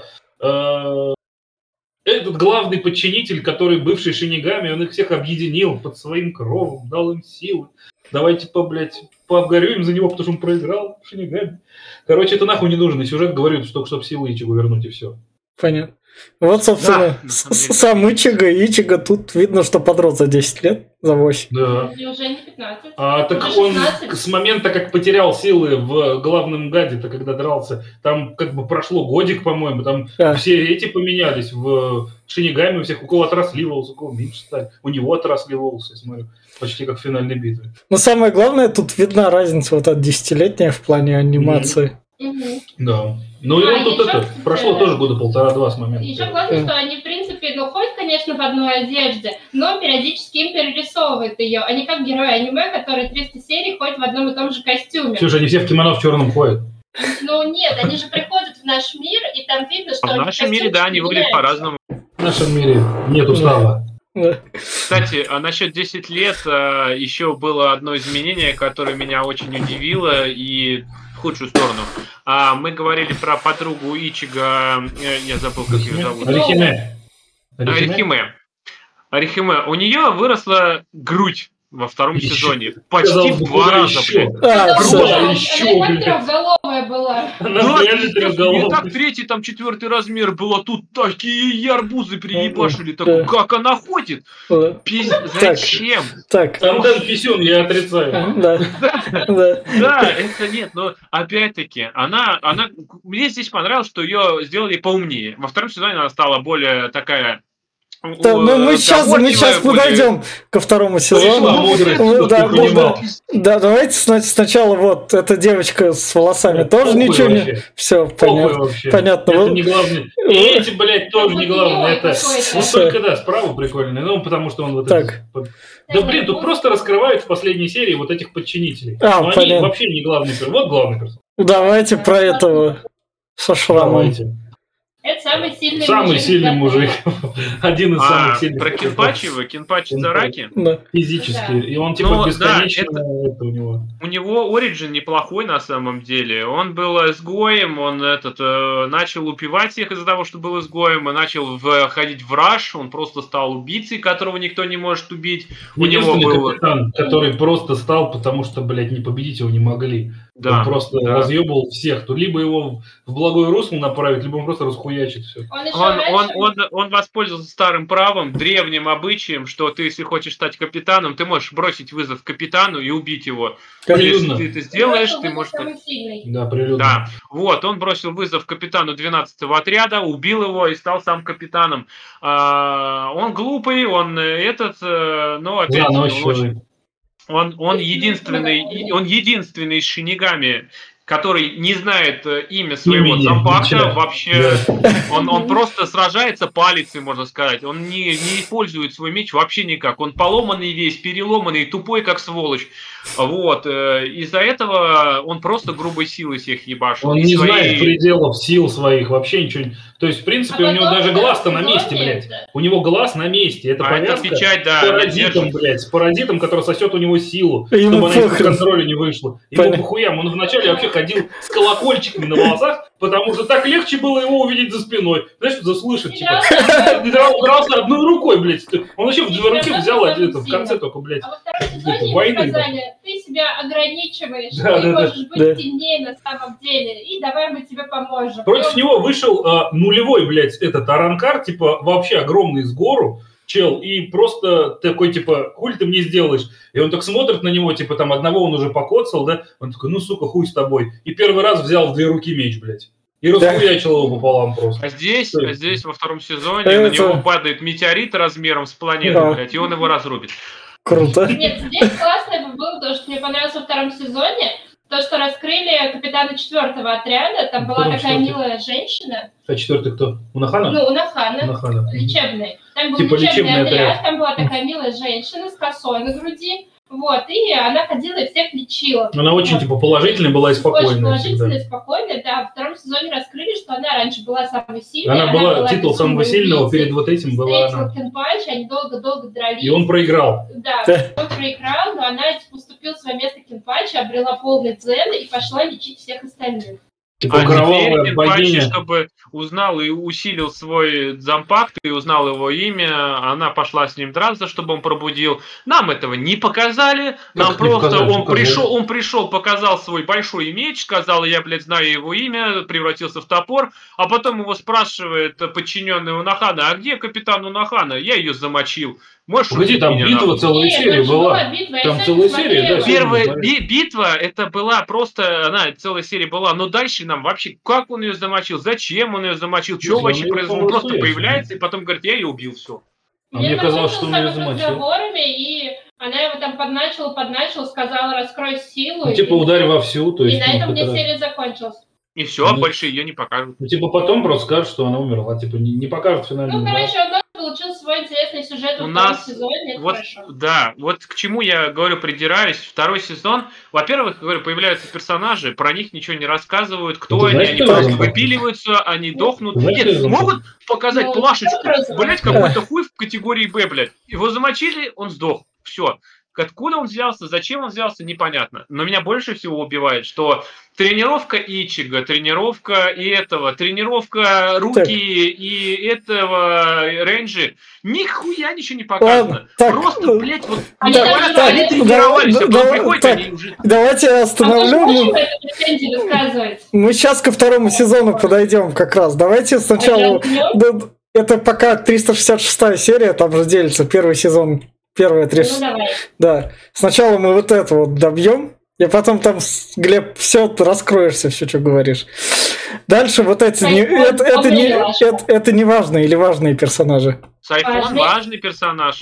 этот главный подчинитель, который бывший Шинигами, он их всех объединил под своим кровом, дал им силы. Давайте, блядь, пообгорюем за него, потому что он проиграл Шинигами. Короче, это нахуй не нужно. Сюжет говорит, что чтобы силы Ичиго вернуть, и все. Понятно. Вот, собственно, сам Ичиго тут видно, что подрос за 10 лет, за 8. Да. И уже не 15. Так он с момента, как потерял силы в главном гаде-то, когда дрался, там как бы прошло годик, по-моему, там все эти поменялись. В Шинигами у всех, у кого отросли волосы, у кого меньше стали. У него отросли волосы, я смотрю. Почти как в финальной битве. Но самое главное, тут видна разница вот от 10-летняя в плане анимации. Да. Ну и он тут прошло тоже года 1,5-2 с момента. Еще классно, что они, в принципе, хоть, конечно, в одной одежде, но периодически им перерисовывают ее. Они как герои аниме, которые 300 серий ходят в одном и том же костюме. Слушай, они все в кимоно в черном ходят. Ну нет, они же приходят в наш мир, и там видно, что... В нашем мире, да, они выглядят по-разному. В нашем мире нет устава. Кстати, а насчет 10 лет еще было одно изменение, которое меня очень удивило и в худшую сторону. Мы говорили про подругу Ичига, я забыл, как ее зовут. Арихиме. У нее выросла грудь во втором сезоне. Почти в 2 раза, блядь. Она трехголовая была. Она реально трехголовая. И так 3-й, там 4-й размер было. Тут такие арбузы приебашили. Как она ходит? Зачем? Там писюн, я отрицаю. Да, это нет, но опять-таки, мне здесь понравилось, что ее сделали поумнее. Во втором сезоне она стала более такая... Да, мы сейчас подойдем ко второму сезону. Да, давайте сначала вот эта девочка с волосами тоже ничего не... Все, понятно. Это не главное. И эти, блядь, тоже не главное. Это только, да, справа прикольный. Ну, потому что он вот так. Да, блин, тут просто раскрывают в последней серии вот этих подчинителей. Но они вообще не главный персонаж. Вот главный персонаж. Давайте про этого со шрамом. Это самый сильный мужик. Один из самых сильных. Про Кинпачи Зараки? Физически. И он типа бесконечно это у него. У него оригин неплохой на самом деле. Он был изгоем, он начал убивать всех из-за того, что был изгоем, и начал ходить в раш, он просто стал убийцей, которого никто не может убить. У него был капитан, который просто стал, потому что, блядь, не победить его не могли. Он просто разъебывал всех. То либо его в благое русло направить, либо он просто расхуячит все. Он воспользовался старым правом, древним обычаем, что ты, если хочешь стать капитаном, ты можешь бросить вызов капитану и убить его. Прилюдно. Если ты это сделаешь, ты можешь... Да, прилюдно. Да. Вот, он бросил вызов капитану 12-го отряда, убил его и стал сам капитаном. Он глупый, он но опять он единственный из шинигами, который не знает имя своего зомбака вообще. Он просто сражается палицей, можно сказать. Он не использует свой меч вообще никак. Он поломанный весь, переломанный, тупой, как сволочь. Вот. Из-за этого он просто грубой силой всех ебашил. Он не знает пределов сил своих, вообще ничего. То есть, в принципе, у него даже глаз-то на месте, блядь. У него глаз на месте. Это повязка печать, да, с паразитом, блядь. С паразитом, который сосет у него силу, чтобы она из-под контроля не вышла. Ему похуям. Он вначале вообще ходил с колокольчиками на волосах, потому что так легче было его увидеть за спиной. Знаешь, заслышать, типа. Он дрался одной рукой, блядь. Он вообще в две руки взял в конце только, блядь. А во втором сезоне сказали, ты себя ограничиваешь, ты можешь быть сильнее на самом деле, и давай мы тебе поможем. Против него вышел нулевой, блядь, Аранкар, типа, вообще огромный с гору, чел, и просто такой, типа, хуй ты мне сделаешь? И он так смотрит на него, типа, там, одного он уже покоцал, да? Он такой, ну, сука, хуй с тобой. И первый раз взял в 2 руки меч, блядь. И расхуячил его пополам просто. А здесь во втором сезоне на него падает метеорит размером с планету, блядь, и он его разрубит. Круто. Нет, здесь классно было то, что мне понравилось во втором сезоне, то, что раскрыли капитана 4-го отряда, там была такая милая женщина. А 4-й кто? Унахана? Ну, Унахана. Лечебный. Там был лечебный отряд, там была такая милая женщина с косой на груди. Вот, и она ходила и всех лечила. Она очень, типа, положительная была и спокойная. Очень положительная и спокойная, да. Во втором сезоне раскрыли, что она раньше была самой сильной. Она была титул самого сильного, перед вот этим была она. Кинпачи, они долго-долго дрались. И он проиграл. Да, он проиграл, но она уступила свое место Кинпачи, обрела полный дзен и пошла лечить всех остальных. Типа теперь Кинпачи, чтобы узнал и усилил свой зомпакт и узнал его имя, она пошла с ним драться, чтобы он пробудил. Нам этого не показали. Нам просто он пришел, показал свой большой меч, сказал, я, блядь, знаю его имя, превратился в топор, а потом его спрашивает подчиненный Унахана, а где капитан Унахана? Я ее замочил. Можешь Погоди, там битва целая серия была. Там целая серия, да. Первая битва, это была просто, она целая серия была, но дальше нам вообще, как он ее замочил, зачем он ее замочил, что вообще произошло, он просто появляется и потом говорит, я ее убил, все. А мне казалось, что он ее замочил. И она его там подначила, сказала, раскрой силу. Ну, типа ударь вовсю, то есть. И на этом мне серия закончилась. И все, больше ее не покажут. Ну, типа, потом просто скажут, что она умерла. Типа, не покажут финальную. Ну, короче, он должен был получился свой интересный сюжет У во нас втором сезоне, это вот, хорошо. да, вот к чему я говорю, придираюсь. Второй сезон, во-первых, говорю, появляются персонажи, про них ничего не рассказывают, кто Ну, ты они, знаешь, они кто просто там? выпиливаются, они дохнут. Знаешь, Нет, кто там? могут показать Ну, плашечку, просто блять, какой-то хуй в категории Б, блядь. Его замочили, он сдох. Все. Откуда он взялся, зачем он взялся, непонятно. Но меня больше всего убивает, что тренировка Ичига, тренировка и этого, тренировка Руки Так. и этого Рейнджи, нихуя ничего не показано. Ладно, так, Просто, блядь, вот Они не там говорят, так, они да, тренировались, а потом да, приходят, так. они уже... Давайте я А мы же остановлю. можем это претензии высказывать? Мы сейчас ко второму сезону подойдем как раз. Давайте сначала... Пойдем? Это пока 366 серия, там же делится первый сезон, первая Ну, 300. давай. Да. Сначала мы вот это вот добьем, и потом там, Глеб, все, ты раскроешься, все, что говоришь. Дальше вот эти... Это не важные или важные персонажи. Сайфон важный персонаж.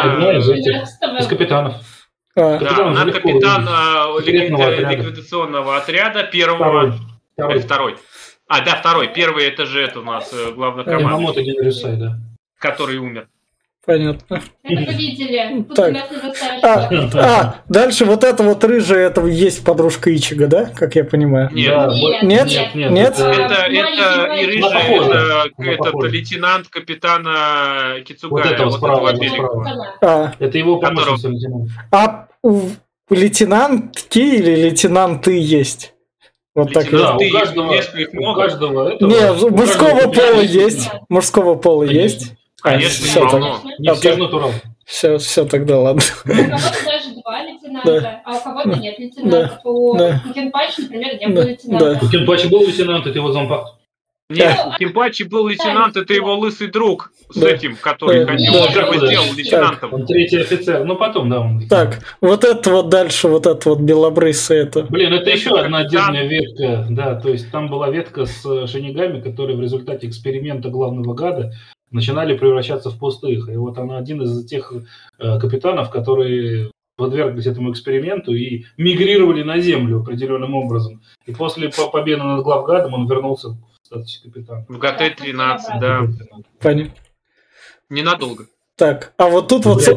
Из капитанов. Да, Капитан она Зеленков. капитан Секретного отряда. ликвидационного отряда первого... Второй. Второй. А, да, второй. Первый это же это у нас главнокомандующий, Ямамото Генрисай, да. который умер. Понятно. Это победители. Тут Так. у нас не заставишь. Дальше вот это вот рыжая, это есть подружка Ичига, да? Как я понимаю. Нет. Да, Нет? нет. Это и Она рыжая, похожа. это Она этот похожа. лейтенант капитана Кицугая. Вот этого справа, этого белого. Это его Которого- помощница лейтенант. А у лейтенантки или лейтенанты есть? Вот так. Лейтенант. Да, Ты, у каждого, если их у много. каждого этого... Не, у мужского каждого пола есть. есть. Мужского пола есть. Конечно, все, полно. Не все же натурал. все тогда ладно. У кого-то даже 2 лейтенанта, а у кого-то нет лейтенантов. У Да. Кенпачи, например, не было Да. лейтенанта. У Кенпачи был лейтенант, это его зампакт. Нет, у Кимпачи был лейтенант, это его лысый друг с Да. этим, который Да. ходил, Да. он же его Да. сделал лейтенантом. Он третий офицер. Ну, потом, да, он... Так, вот это вот дальше, вот это вот белобрысый это. Блин, это еще одна Капитан. отдельная ветка, да, то есть там была ветка с шинигами, которые в результате эксперимента главного гада начинали превращаться в пустых. И вот она один из тех капитанов, которые подверглись этому эксперименту и мигрировали на Землю определенным образом. И после победы над главгадом он вернулся в статусе капитана. В ГТ-13, да. Понятно. Ненадолго. Так, а вот тут вот,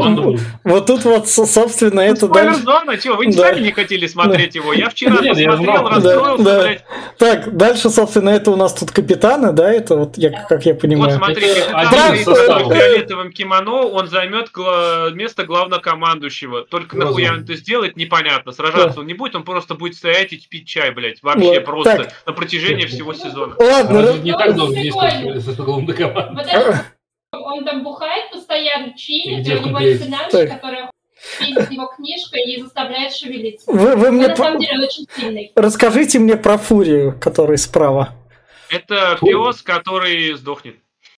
вот тут вот, собственно, это дальше. Спойлер-зона, чего, вы Да. сами не хотели смотреть его? Я вчера Нет, я посмотрел, знал. расстроился, Да, да. блядь. Так, дальше, собственно, это у нас тут капитаны, да, это вот, как я Вот понимаю. смотрите, Это капитан один стоит состав. в фиолетовом кимоно, он займет место главнокомандующего. Только Разум. нахуя он это сделает, непонятно. Сражаться он не будет, он просто будет стоять и пить чай, блядь. Вообще Вот, просто так. на протяжении всего сезона. Ладно, Разве не так долго Прикольно. действует с главной командой? Вот это, он там бухает постоянно, чилит, и у него Где лейтенант, Так. который пиздит его книжкой и заставляет шевелиться. вы Он мне на самом деле очень сильный. расскажите мне про Фурию, который справа. Это Фу. пес, который сдохнет.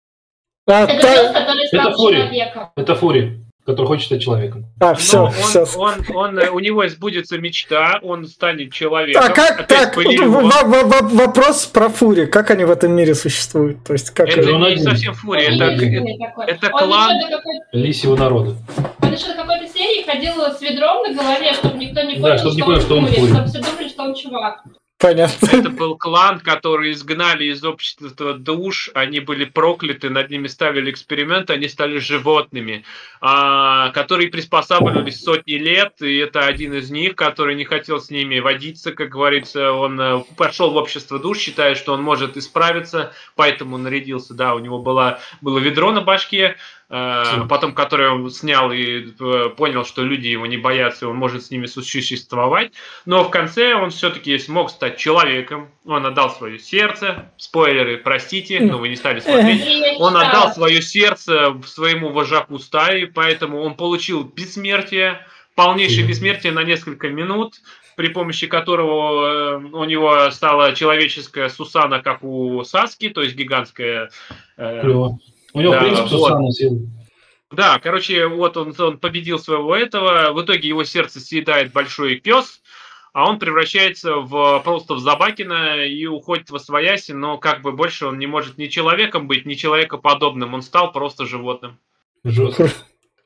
А, Это та- пес, который стал Это Фури. человеком. Это Фури, который хочет стать человеком. все, Но все. у него сбудется мечта, он станет человеком. А как Опять так? спойлерю вам. Вопрос про Фури. Как они в этом мире существуют? То есть как Это он не один. совсем Фурия, Он это единственный такой. это Он клан. еще до какой-то- Лисьего народа. он еще до какой-то серии ходил с ведром на голове, чтобы никто не Да, понял, чтобы не понял, что он Фури, Фури. чтобы все думали, что он чувак. понятно? Это был клан, который изгнали из общества душ, они были прокляты, над ними ставили эксперименты, они стали животными, которые приспосабливались сотни лет, и это один из них, который не хотел с ними водиться, как говорится, он пошел в общество душ, считая, что он может исправиться, поэтому он нарядился, да, у него было ведро на башке, потом, которое он снял и понял, что люди его не боятся, и он может с ними существовать, но в конце он все-таки смог стать человеком, он отдал свое сердце, спойлеры, простите, но вы не стали смотреть, И я он читала. отдал свое сердце своему вожаку стаи, поэтому он получил бессмертие, полнейшее бессмертие на несколько минут, при помощи которого у него стала человеческая Сусана, как у Саски, то есть гигантская. Клево. У него Да, принцип вот. Сусана сил. Да, короче, вот он победил своего этого, в итоге его сердце съедает большой пес, а он превращается просто в Забакина и уходит во свояси, но как бы больше он не может ни человеком быть, ни человекоподобным, он стал просто животным. Жестко.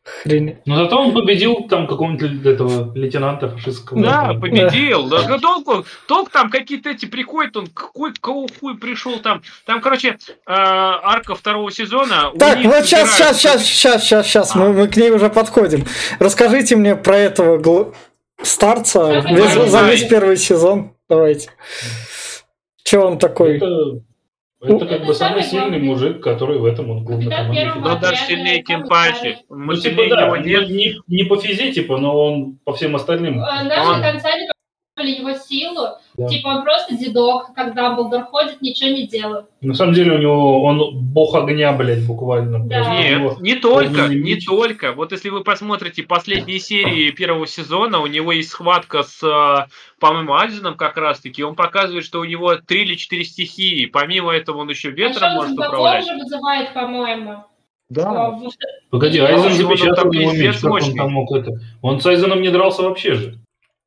Хрень. Но зато он победил там какого-нибудь этого лейтенанта фашистского. Да, победил. Да. Толк там какие-то эти приходят, он кого хуй пришел там. Там, короче, арка второго сезона. Так, вот сейчас, мы к ней уже подходим. Расскажите мне про этого старца за весь первый сезон. Давайте. Че он такой? Это как бы самый сильный мужик, который в этом он главнокомандующий. Но даже сильнее Кенпачи. Ну, типа, да, не по физе, типа, но он по всем остальным. Даже конца не показывали его силу. Да. Типа, он просто дедок, когда Дамблдор ходит, ничего не делает. На самом деле у него он бог огня, блядь, буквально. Да. Нет, не только. Вот если вы посмотрите последние серии первого сезона, у него есть схватка с, по-моему, Альзеном как раз-таки. Он показывает, что у него 3 или 4 стихии. Помимо этого он еще ветром может управлять. Он же вызывает, по-моему. Да. Погоди, Айзен запечатал его меч, как он там мог это? Он с Айзеном не дрался вообще же.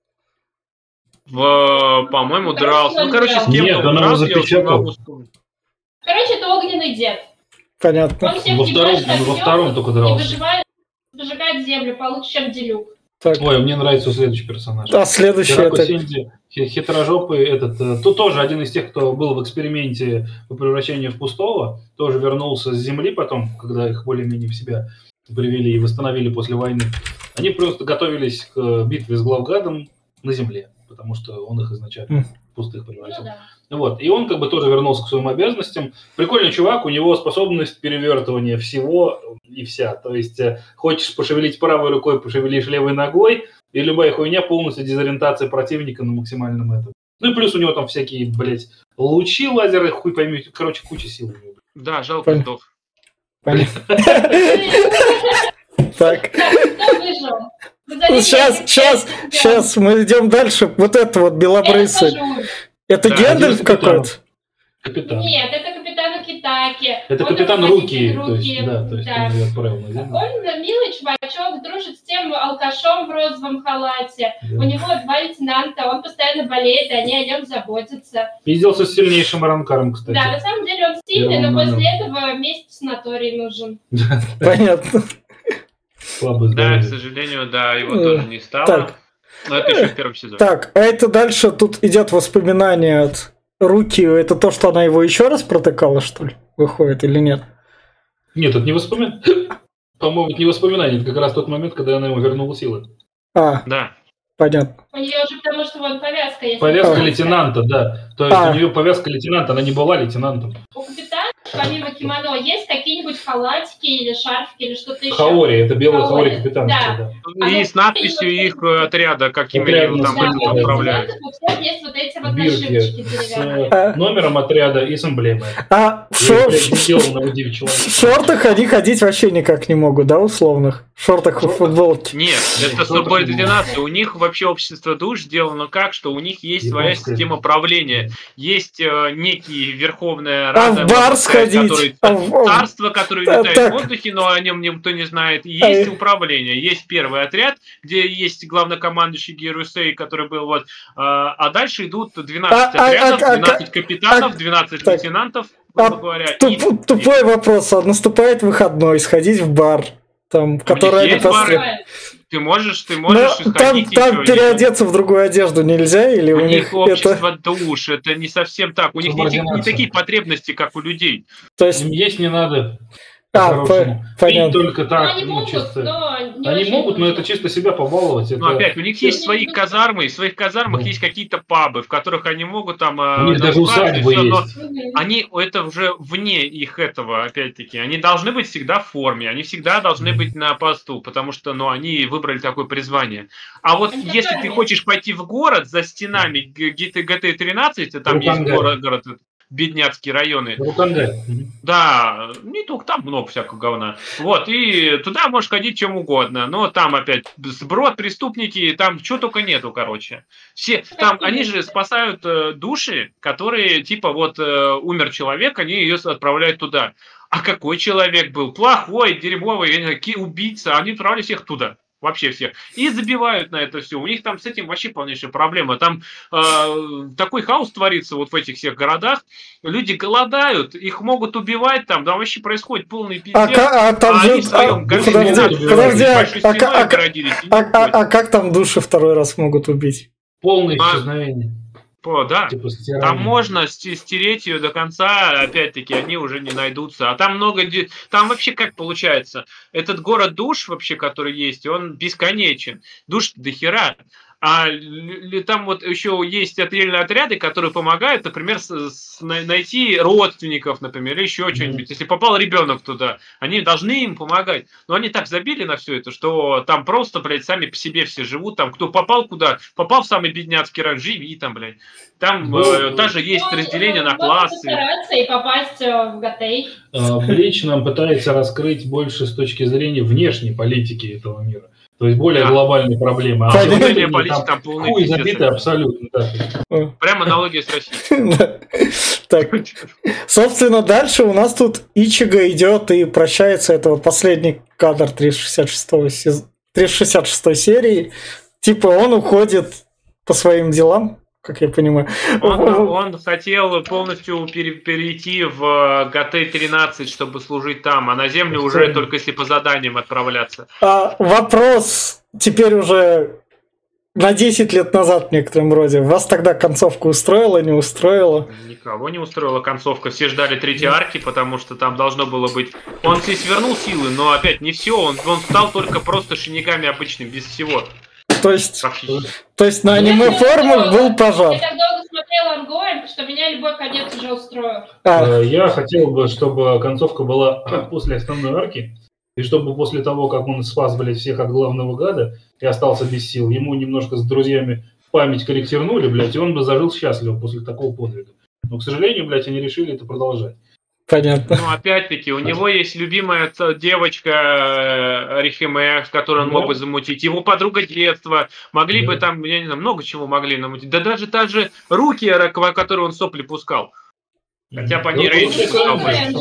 По-моему, дрался. Ну, короче, с кем-то он его запечатал. Короче, это огненный дед. Понятно. Он всех во втором только дрался. И выживает, выжигает землю получше, чем Делюк. Так. Ой, мне нравится следующий персонаж. А следующий это... Синди, хитрожопый этот. Тут тоже один из тех, кто был в эксперименте по превращению в пустого. Тоже вернулся с земли потом, когда их более-менее в себя привели и восстановили после войны. Они просто готовились к битве с Главгадом на земле, потому что он их изначально пустых превратил. Ну, да. Вот. И он как бы тоже вернулся к своим обязанностям. Прикольный чувак, у него способность перевертывания всего и вся. То есть хочешь пошевелить правой рукой, пошевелишь левой ногой, и любая хуйня полностью дезориентация противника на максимальном этом. Ну и плюс у него там всякие, блядь, лучи лазеры, хуй пойми, короче, куча сил у него. Да, жалко сдох. Так. Сейчас мы идем дальше. Вот это вот белобрысый. Это Гэндальф какой-то? Капитан. Нет, это капитан Китаки. Это капитан Руки. То есть он ее отправил на землю. Он милый чувачок, дружит с тем алкашом в розовом халате. Да. У него 2 лейтенанта, он постоянно болеет, и они о нем заботятся. Пиздился с сильнейшим Аранкаром, кстати. Да, на самом деле он сильный, но после этого месяц санаторий нужен. Понятно. Да, к сожалению, да, его тоже не стало. Но это еще в первом сезоне. Так, а это дальше тут идет воспоминание от Руки. Это то, что она его еще раз протыкала, что ли, выходит, или нет? Нет, это не воспоминание. По-моему, это не воспоминание. Это как раз тот момент, когда она ему вернула силы. Да. Понятно. У нее же потому что вон повязка есть. Повязка лейтенанта, да. То есть у нее повязка лейтенанта, она не была лейтенантом. У капитана, помимо кимоно, есть какие-нибудь халатики или шарфики или что-то еще? Хаори, это белый хаори капитан. Да. И с надписью их отряда, какими они там управляют. У всех есть вот эти вот нашивочки деревянные. С номером отряда и с эмблемой. В шортах они ходить вообще никак не могут, да, условных? В шортах и футболке. Нет, это субординация. У них вообще общество душ сделано как, что у них есть своя система правления. Есть некий Верховная Рада, бар сходить, царство, которое летает в воздухе, но о нем никто не знает. И есть управление. Есть первый отряд, где есть главнокомандующий Герусей, который был вот... А дальше идут 12 отрядов, 12 капитанов, 12 лейтенантов, грубо говоря. Тупой вопрос. Наступает выходной, сходить в бар. Там, который они построили. Ты можешь исходить. Там переодеться в другую одежду нельзя? Или у них общество душ, это не совсем так. У них не такие потребности, как у людей. То есть есть не надо. Понятно. Только так. Они могут, но это чисто себя побаловать. Но опять, у них есть свои казармы, и в своих казармах есть какие-то пабы, в которых они могут там... У них даже усадьбы есть. Они, это уже вне их этого, опять-таки. Они должны быть всегда в форме, они всегда должны быть на посту, потому что, они выбрали такое призвание. А вот если ты хочешь пойти в город за стенами ГТ-13, там есть город... бедняцкие районы. Да, не только там много всякого говна. Вот, и туда можешь ходить чем угодно. Но там опять сброд, преступники, там чего только нету, короче. Все, там, они же спасают души, которые, типа, вот, умер человек, они ее отправляют туда. А какой человек был? Плохой, дерьмовый, убийца, они отправляли всех туда. Вообще всех. И забивают на это все. У них там с этим вообще полнейшая проблема. Там такой хаос творится вот в этих всех городах. Люди голодают, их могут убивать там. Там вообще происходит полный пиздец. Они в своем подожди, как там души второй раз могут убить? Полное исчезновение. Да, типа там можно стереть ее до конца, опять-таки, они уже не найдутся. А там много... Там вообще как получается? Этот город душ вообще, который есть, он бесконечен. Душ до хера. А там вот еще есть отдельные отряды, которые помогают, например, найти родственников, например, или еще что-нибудь. Если попал ребенок туда, они должны им помогать. Но они так забили на все это, что там просто, блядь, сами по себе все живут. Там кто попал куда, попал в самый бедняцкий район, живи там, блядь. Там даже есть разделение на классы. И попасть в Гатей. Блич нам пытается раскрыть больше с точки зрения внешней политики этого мира. То есть более глобальные проблемы. А внутренняя политика там полный хуй забитый абсолютно. Да. Прямо аналогия с Россией. Так, собственно, дальше у нас тут Ичиго идет и прощается. Это вот последний кадр 366 серии. Типа он уходит по своим делам, как я понимаю. Он хотел полностью перейти в ГТ-13, чтобы служить там, а на Землю уже только если по заданиям отправляться. Вопрос теперь уже на 10 лет назад в некотором роде. Вас тогда концовка устроила, не устроила? Никого не устроила концовка. Все ждали третьей арки, потому что там должно было быть... Он здесь вернул силы, но опять не все. Он стал только просто шинигами обычным, без всего. То есть на аниме-форумах был пожар. Я так долго смотрела ангоинг, что меня любой конец уже устроил. Я хотел бы, чтобы концовка была после основной арки, и чтобы после того, как он спас, блядь, всех от главного гада и остался без сил, ему немножко с друзьями память корректирнули, блядь, и он бы зажил счастливо после такого подвига. Но, к сожалению, блядь, они решили это продолжать. Понятно. Ну, опять-таки, у него есть любимая девочка Рихиме, с которой он мог бы замутить. Его подруга детства. Могли бы там, я не знаю, много чего могли намутить. Да даже та же Руки, которую он сопли пускал. Хотя по ней Рейнджи пускал.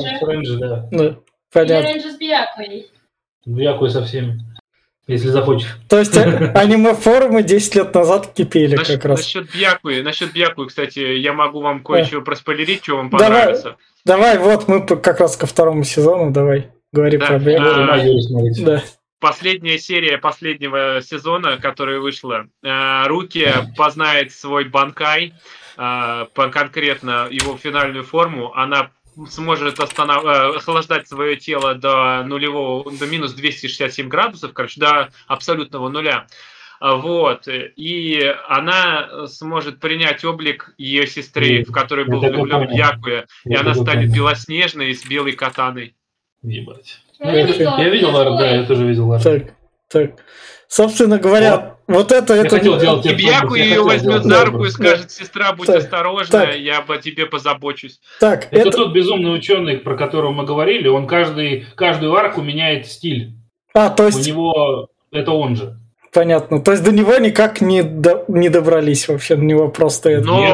Да. Понятно. Рейнджи с Бьякой. Бьякой со всеми. Если захочешь. То есть аниме-форумы 10 лет назад кипели как раз. Насчет Бьякуи, кстати, я могу вам кое-что проспойлерить, что вам понравится. Давай, вот мы как раз ко второму сезону, давай, говори про Бьякуи. Да. Последняя серия последнего сезона, которая вышла, Руки познает свой банкай, конкретно его финальную форму, она сможет охлаждать свое тело до минус 267 градусов, короче, до абсолютного нуля. Вот. И она сможет принять облик ее сестры, в которой был влюблен Бьякуя, и она станет белоснежной с белой катаной. Ебать. Я видел, да, я тоже видел. Так. Собственно говоря, вот это... И Бьякуя ее возьмет за руку и скажет: сестра, будь осторожна, я по тебе позабочусь. Так, это тот безумный ученый, про которого мы говорили, он каждую арку меняет стиль. То есть... У него это он же. Понятно. То есть до него никак не добрались вообще, до него просто это. Но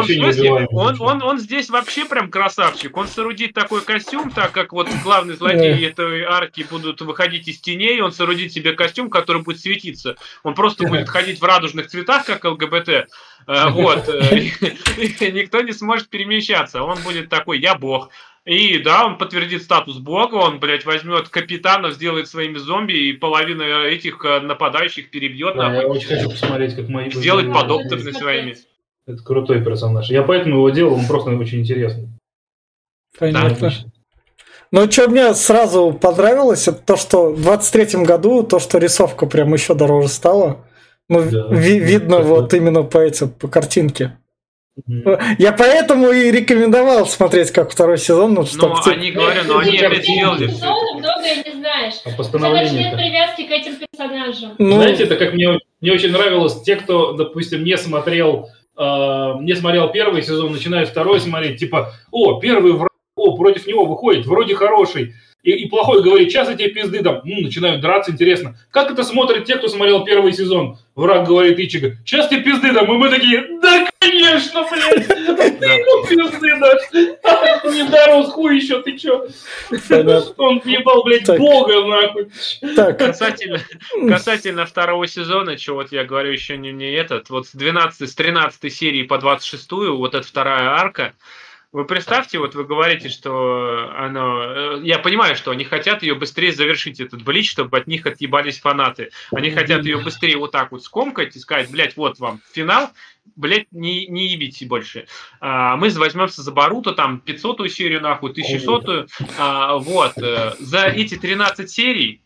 он здесь вообще прям красавчик. Он соорудит такой костюм, так как вот главные злодеи этой арки будут выходить из теней, он соорудит себе костюм, который будет светиться. Он просто будет ходить в радужных цветах, как ЛГБТ. Вот. И никто не сможет перемещаться. Он будет такой: я бог. И да, он подтвердит статус бога, он, блядь, возьмет капитанов, сделает своими зомби и половину этих нападающих перебьет. Я очень хочу посмотреть, как мои... Сделать подобными своими. Это крутой персонаж. Я поэтому его делал, он просто очень интересный. Понятно. Но что мне сразу понравилось, это то, что в 23-м году, то, что рисовка прям еще дороже стала. Ну, видно вот именно по картинке. Я поэтому и рекомендовал смотреть как второй сезон. Но они говорят, они опять сделали все. Многое не знаешь. Даже нет привязки к этим персонажам. Знаете, это как мне очень нравилось, те, кто, допустим, не смотрел первый сезон, начинают второй смотреть, типа: о, первый враг, против него выходит, вроде хороший. и плохой говорит, сейчас эти пизды там начинают драться, интересно. Как это смотрят те, кто смотрел первый сезон? Враг говорит Ичиго, сейчас тебе пизды дам, и мы такие, да, конечно, блядь, ты ему пизды дашь, не дорос, хуй еще, ты чё? Он въебал, блядь, бога, нахуй. Касательно второго сезона, что вот я говорю, еще не этот, вот с 13 серии по 26-ю, вот эта вторая арка, вы представьте, вот вы говорите, что оно... Я понимаю, что они хотят ее быстрее завершить, этот Блич, чтобы от них отъебались фанаты. Они хотят ее быстрее вот так вот скомкать и сказать, блядь, вот вам финал, блядь, не ебите больше. Мы возьмемся за Боруто, там, 500-ю серию, нахуй, 1100-ю. Вот. За эти 13 серий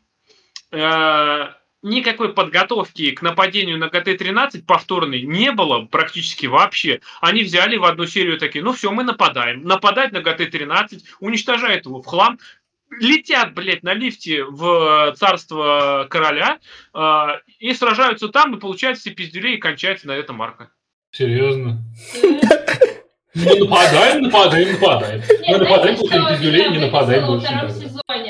никакой подготовки к нападению на ГТ-13 повторной не было практически вообще. Они взяли в одну серию такие, ну все, мы нападаем. Нападать на ГТ-13, уничтожают его в хлам, летят, блядь, на лифте в царство короля и сражаются там, и получают все пиздюлей, и кончается на этом арка. Серьезно? Мы нападаем. Мы нападаем после пиздюлей, не нападаем больше.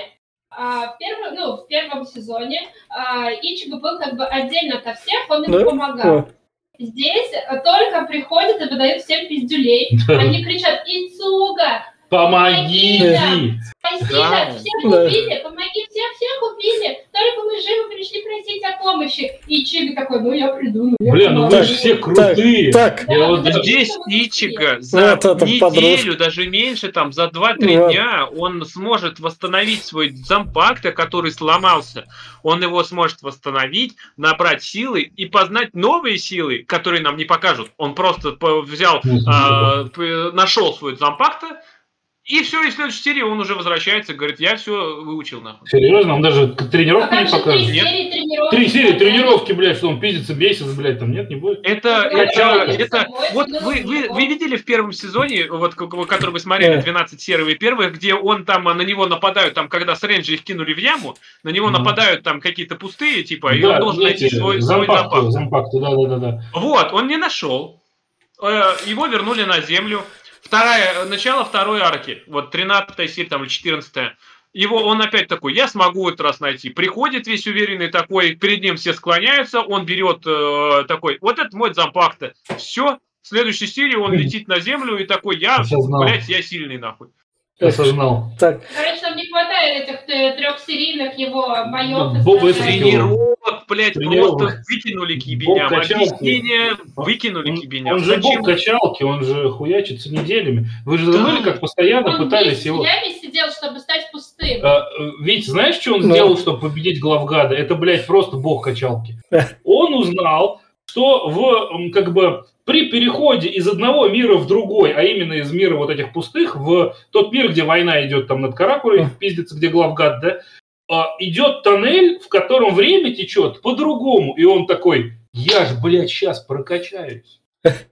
В первом сезоне Ичиго был как бы отдельно от всех, он им помогал. Здесь только приходят и выдают всем пиздюлей. Они кричат: Ицуга, помоги! Спаси нас, всех убили, помоги, всех убили. Только мы живы пришли просить о помощи. И Ичиго такой, ну я приду. Блин, ну вы же все крутые. Здесь Ичиго за неделю, даже меньше, там, за 2-3 дня он сможет восстановить свой зампакта, который сломался. Он его сможет восстановить, набрать силы и познать новые силы, которые нам не покажут. Он просто взял, нашел свой зампакта, и все, и в следующей серии он уже возвращается и говорит, я все выучил, нахуй. Серьезно? Он даже тренировку не покажет? 3 серии тренировки, блядь, что он пиздится месяц, блядь, там нет, не будет? Это вот вы видели в первом сезоне, вот, который вы смотрели, 12 серий первых, где он там, на него нападают, там, когда с Рейнджи их кинули в яму, на него нападают там какие-то пустые, типа, и он должен найти свой зампакт. Да. Вот, он не нашел, его вернули на землю. Начало второй арки, вот 13-я серия, там, или 14-я, он опять такой, я смогу этот раз найти. Приходит весь уверенный такой, перед ним все склоняются, он берет такой, вот это мой зампакт. Все, в следующей серии он летит на землю и такой, я сильный, нахуй. Я осознал. Короче, нам не хватает этих 3-серийных его боев. Тренировок, блядь, просто выкинули к ебеням. Объяснение выкинули к ебеням. Он же бог качалки, он же хуячится неделями. Вы же забыли, как постоянно пытались его... Он сидел, чтобы стать пустым. Витя, знаешь, что он сделал, чтобы победить главгада? Это, блядь, просто бог качалки. Он узнал, что при переходе из одного мира в другой, а именно из мира вот этих пустых, в тот мир, где война идет там над Каракурой, пиздится, где главгад, да, идет тоннель, в котором время течет по-другому. И он такой, я ж, блядь, сейчас прокачаюсь.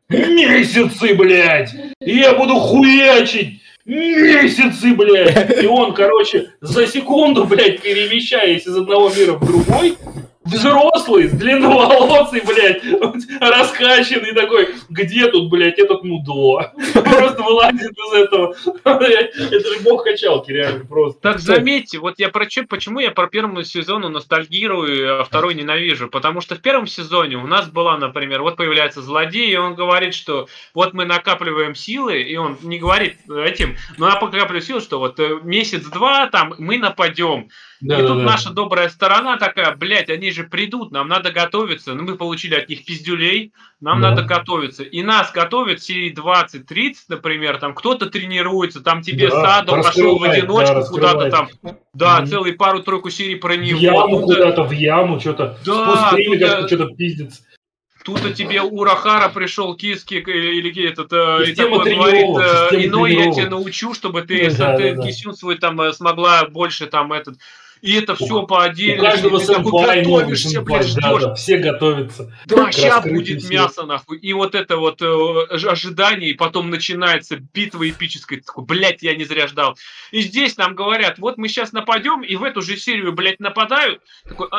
Месяцы, блядь! Я буду хуячить! Месяцы, блядь! И он, короче, за секунду, блядь, перемещаясь из одного мира в другой, взрослый, длинноволосый, блядь, раскачанный такой, где тут, блядь, этот мудло? Просто вылазит из этого. Это же бог качалки, реально, просто. Так заметьте, вот почему я про первому сезону ностальгирую, а второй ненавижу? Потому что в первом сезоне у нас была, например, вот появляется злодей, и он говорит, что вот мы накапливаем силы, и он не говорит этим, но я накапливаю силы, что вот месяц-два там мы нападем. И тут наша добрая сторона такая, блядь, они же придут, нам надо готовиться. Мы получили от них пиздюлей, нам надо готовиться. И нас готовят серии 20-30, например, там кто-то тренируется, там тебе Садо пошел в одиночку куда-то там, целые пару-тройку серий про него. В яму куда-то, в яму, что-то, с пустыми что-то пиздится. Тут у тебе Урахара пришел Киски или этот и такой говорит, иной я тебя научу, чтобы ты Кисюн свой там смогла больше там этот. и это все по У отдельности. каждого Ты такой сэмпай новый готовишься, сэмпай, блядь, да, ждешь. да, все готовятся. Да, сейчас Раскрытие будет всего. мясо, нахуй. И вот это вот ожидание, и потом начинается битва эпическая. Ты такой, блядь, я не зря ждал. И здесь нам говорят, вот мы сейчас нападем, и в эту же серию, блядь, нападают. Такой,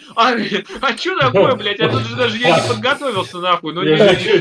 что такое, блядь? Я тут даже я не подготовился, нахуй. Ну, Я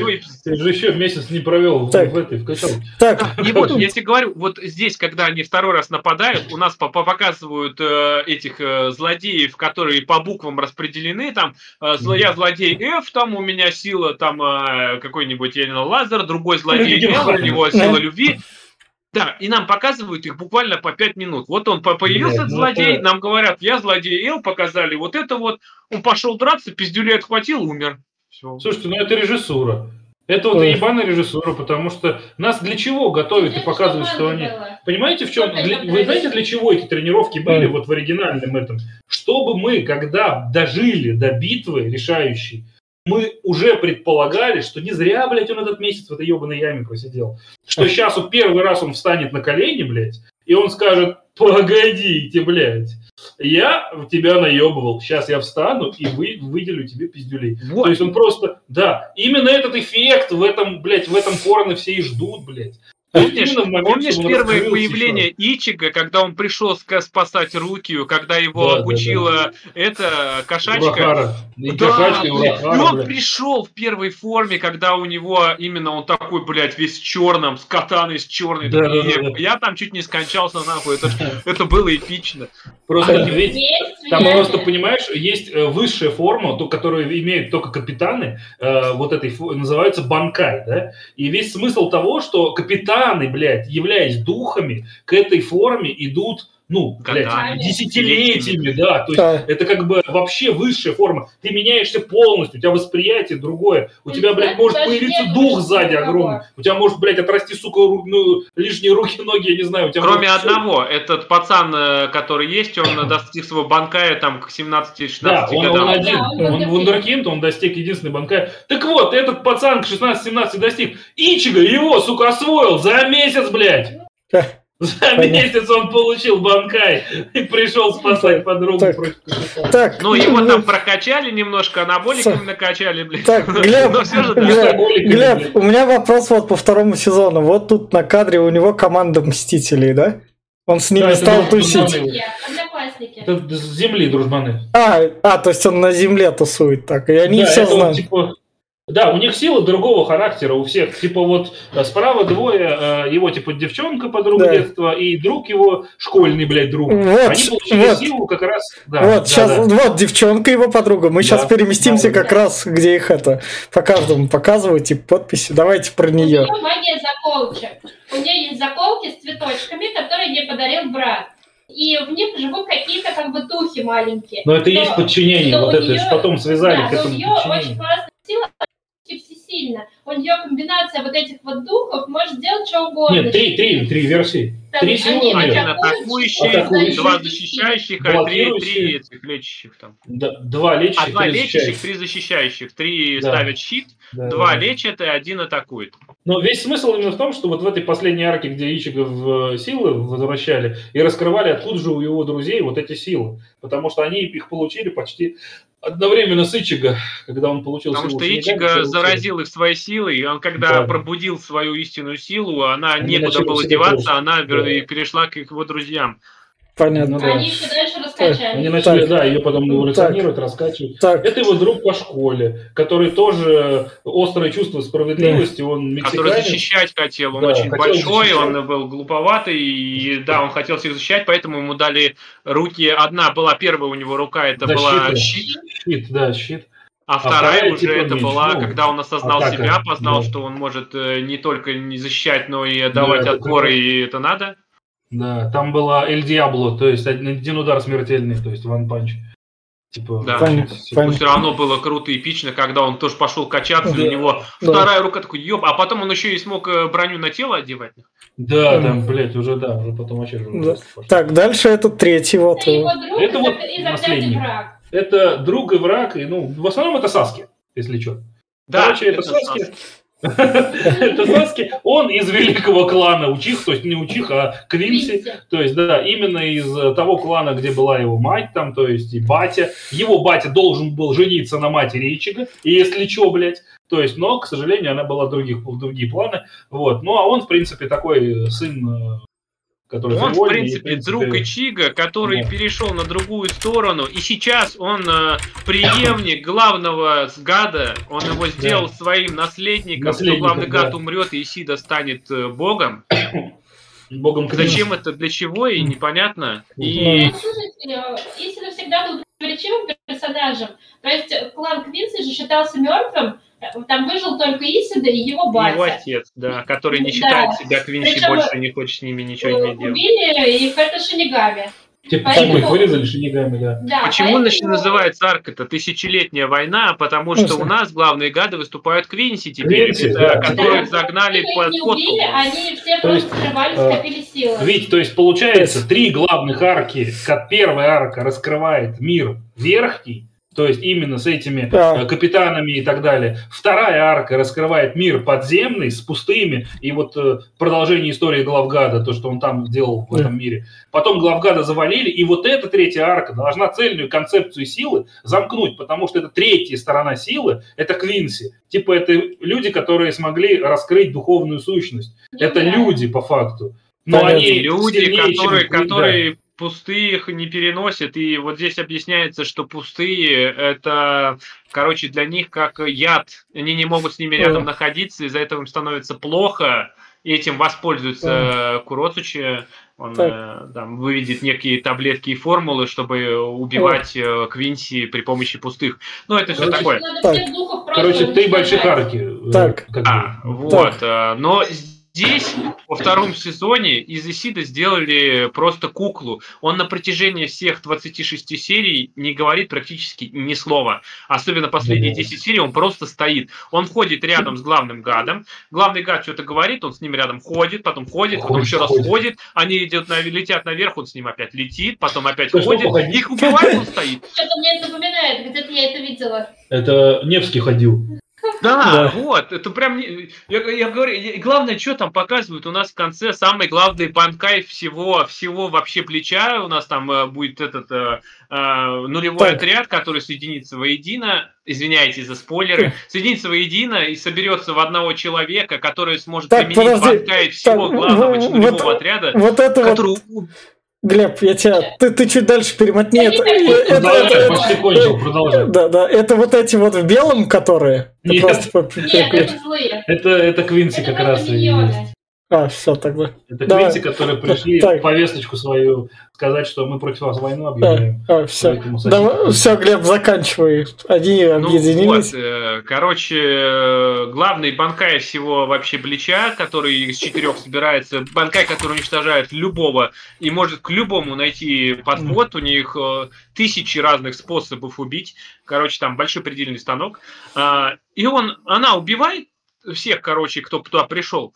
же еще месяц не провел в этой, в качалке. Так, и вот, я тебе говорю, вот здесь, когда они второй раз нападают, у нас показывают этих злодеев, которые по буквам распределены, там, я злодей F, там у меня сила, там, какой-нибудь, я не знаю, лазер, другой злодей L, у него сила любви. Да, и нам показывают их буквально по 5 минут. Вот он появился, этот злодей, нам говорят, я злодей L, показали вот это вот, он пошел драться, пиздюлей отхватил, умер. Все. Слушайте, ну это режиссура. Это вот ебаная режиссура, потому что нас для чего готовят и показывают, что они... Понимаете, в чем? Вы знаете, для чего эти тренировки были вот в оригинальном этом? Чтобы мы, когда дожили до битвы решающей, мы уже предполагали, что не зря, блядь, он этот месяц в этой ебаной яме просидел. Что сейчас вот первый раз он встанет на колени, блядь, и он скажет, погодите, блядь, я тебя наебывал, сейчас я встану и выделю тебе пиздюлей. Вот. То есть он просто, да, именно этот эффект в этом, блядь, в этом порно все и ждут, блядь. Помнишь первое появление Ичига, когда он пришел спасать Рукию, когда его обучила эта кошачка? И он пришел в первой форме, когда у него именно он такой, блядь, весь в черном, с катаной, с черной. Я там чуть не скончался, нахуй. Это было эпично. Просто, там просто, понимаешь, есть высшая форма, которую имеют только капитаны, вот этой, называется банкай, да? И весь смысл того, что капитаны, блядь, являясь духами, к этой форме идут, ну, блядь, десятилетиями, да, то есть это как бы вообще высшая форма. Ты меняешься полностью, у тебя восприятие другое, у тебя, блядь, может появиться дух сзади огромный, у тебя может, блядь, отрасти, сука, лишние руки, ноги, я не знаю. Кроме одного, этот пацан, который есть, он достиг своего банкая там к 17-16 годам. Он один, он вундеркинд, он достиг единственный банкая. Так вот, этот пацан к 16-17 достиг Ичига, его, сука, освоил за месяц, блядь. За месяц он получил банкай и пришел спасать подругу против капитана. Ну, его там прокачали немножко, анаболиками накачали, блядь. Так, Глеб, у меня вопрос вот по второму сезону. Вот тут на кадре у него команда Мстителей, да? Он с ними стал тусить. Это с земли дружбаны. То есть он на земле тусует так, и они все знают. Да, у них силы другого характера у всех. Типа вот справа двое, его типа девчонка, подруга детства, и друг его, школьный, блядь, друг. Вот, они получили силу как раз... Вот девчонка его подруга. Мы сейчас переместимся как раз, где их это по каждому показывают, типа подписи. Давайте про нее. У нее магия заколочек. У нее есть заколки с цветочками, которые ей подарил брат. И в них живут какие-то как бы духи маленькие. Но это и есть подчинение. Вот это потом связали к этому подчинению. У нее очень классная сила. Всесильно. У нее комбинация вот этих вот духов может сделать что угодно. Нет, три версии. Три силы. Один атакующий, два защищающих, а три этих лечащих там. Два лечащих, два лечащих, три защищающих. Три ставят щит, два лечат и один атакует. Но весь смысл именно в том, что вот в этой последней арке, где Ичига в силы возвращали и раскрывали, откуда же у его друзей вот эти силы. Потому что они их получили почти одновременно с Ичига, когда он получил силу. Потому что Ичига заразил их своей силой, и он когда пробудил свою истинную силу, она некуда было деваться, она перешла к его друзьям. Понятно. Они еще дальше раскачали. Они начали, ее потом эволюционировать, раскачивать. Это его друг по школе, который тоже острое чувство справедливости, он мексиканец. Который защищать хотел, он очень большой, он был глуповатый, и он хотел всех защищать, поэтому ему дали руки. Одна была, первая у него рука, это была щит. Щит. А вторая уже это была, когда он осознал себя, познал, что он может не только не защищать, но и давать отпор, и это надо. Да, там была Эль Диабло, то есть один удар смертельный, то есть One Punch. Типа, да, все равно было круто и эпично, когда он тоже пошел качаться, у него вторая рука такой, ёб, а потом он еще и смог броню на тело одевать. Да, там, блядь, уже потом вообще... Так, дальше это третий вот. Это вот последний. Это друг и враг, и, в основном это Саски, если что. Да, короче, это Саски. Это Саски, он из великого клана Учих, то есть не Учих, а Квинси, то есть, да, именно из того клана, где была его мать, там, то есть, и батя. Его батя должен был жениться на матери Ичига, и если что, блядь, то есть, но, к сожалению, она была в другие планы, вот. Ну, а он, в принципе, такой сын, который он, фривольный, в принципе, друг Ичига, который перешел на другую сторону, и сейчас он преемник главного гада, он его сделал своим наследником, что главный гад умрет, и Исида станет богом. Богом Зачем это, для чего, и непонятно. И... Слушайте, Исида всегда был противоречивым персонажем. То есть клан Квинси же считался мертвым, там выжил только Исида и его батя. Его отец, да, который не считает себя Квинси, причем больше не хочет с ними ничего иметь делать. Убили их это Шинигами. Типа, почему их вырезали Шинигами, да. Почему называется арка-то «Тысячелетняя война»? Потому что у нас главные гады выступают Квинси теперь, которых загнали под не убили, они все просто скрывались, скопили силы. Видите, то есть получается 3 главных арки. Первая арка раскрывает мир верхний, то есть именно с этими капитанами и так далее. Вторая арка раскрывает мир подземный с пустыми, и вот продолжение истории Главгада, то, что он там делал в этом мире. Потом Главгада завалили, и вот эта третья арка должна цельную концепцию силы замкнуть, потому что это третья сторона силы, это Квинси. Типа это люди, которые смогли раскрыть духовную сущность. Это люди по факту. Но они люди, которые пустые их не переносят, и вот здесь объясняется, что пустые это, короче, для них как яд, они не могут с ними рядом находиться, из-за этого им становится плохо, и этим воспользуется Куроцучи, он там выведет некие таблетки и формулы, чтобы убивать Квинси при помощи пустых. Ну, это все такое. Короче, 3 больших арки. Но здесь, во втором сезоне, из Исида сделали просто куклу. Он на протяжении всех 26 серий не говорит практически ни слова. Особенно последние 10 серий он просто стоит. Он ходит рядом с главным гадом. Главный гад что-то говорит, он с ним рядом ходит, потом еще раз ходит. Они летят наверх, он с ним опять летит, потом опять ходит. Их убивают, он стоит. Что-то мне это напоминает, где-то я это видела. Это Невский ходил. Да, вот, это прям, я говорю, и главное, что там показывают, у нас в конце самый главный банкай всего вообще плеча, у нас там будет этот нулевой отряд, который соединится воедино, извиняйте за спойлеры, соединится воедино и соберется в одного человека, который сможет применить банкай всего главного нулевого отряда, который... Глеб, я тебя... Ты чуть дальше перемотни. Это почти кончил, продолжай. Да. Это вот эти вот в белом, которые... Нет, это злые. Это Квинси как раз. Все тогда. Это Квинси, которые пришли повесточку свою сказать, что мы против вас войну объявляем. Все, Глеб, заканчивай. Они объединились. Короче, главный банкай всего вообще Блича, который из 4 собирается, банкай, который уничтожает любого и может к любому найти подход, у них 1000 разных способов убить. Короче, там большой предельный станок. И она убивает всех, короче, кто туда пришел.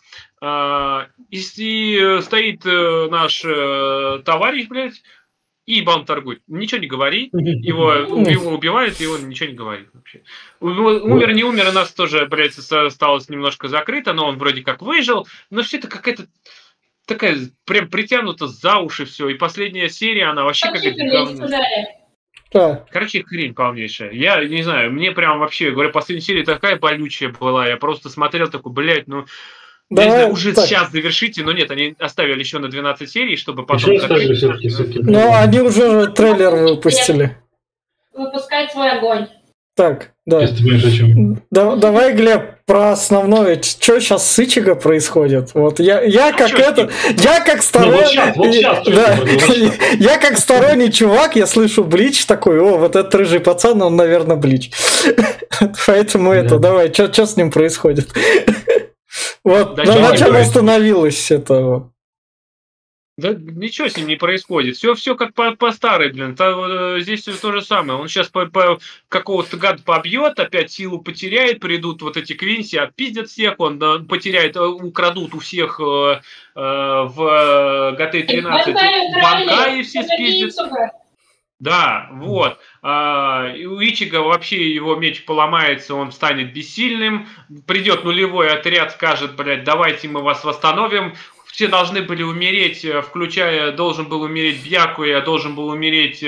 И стоит наш товарищ, блядь, и баун торгует. Ничего не говорит. Его убивают, и он ничего не говорит вообще. Умер, не умер, у нас тоже, блядь, осталось немножко закрыто, но он вроде как выжил. Но все это какая-то такая прям притянута за уши все. И последняя серия, она вообще какая-то говно. Короче, хрень полнейшая. Я не знаю, мне прям вообще, говорю, последняя серия такая болючая была. Я просто смотрел такой, блядь, уже сейчас завершите, но нет, они оставили еще на 12 серий, чтобы потом... Но они уже трейлер выпустили. Выпускать свой огонь. Так, да. Давай, Глеб, про основное. Что сейчас с Ичиго происходит? Вот я как сторонний чувак, я слышу Блич такой, вот этот рыжий пацан, он, наверное, Блич. Поэтому давай, что с ним происходит? Вот, на чем остановилось это? Да ничего с ним не происходит. Все как по старой, блин. Здесь то же самое. Он сейчас какого-то гада побьет, опять силу потеряет, придут вот эти Квинси, отпиздят всех, он потеряет, украдут у всех в ГТ-13 банка и все спиздят. Да, вот. И у Ичиго вообще его меч поломается, он станет бессильным. Придет нулевой отряд, скажет, блядь, давайте мы вас восстановим. Все должны были умереть, включая, должен был умереть Бьякуя, должен был умереть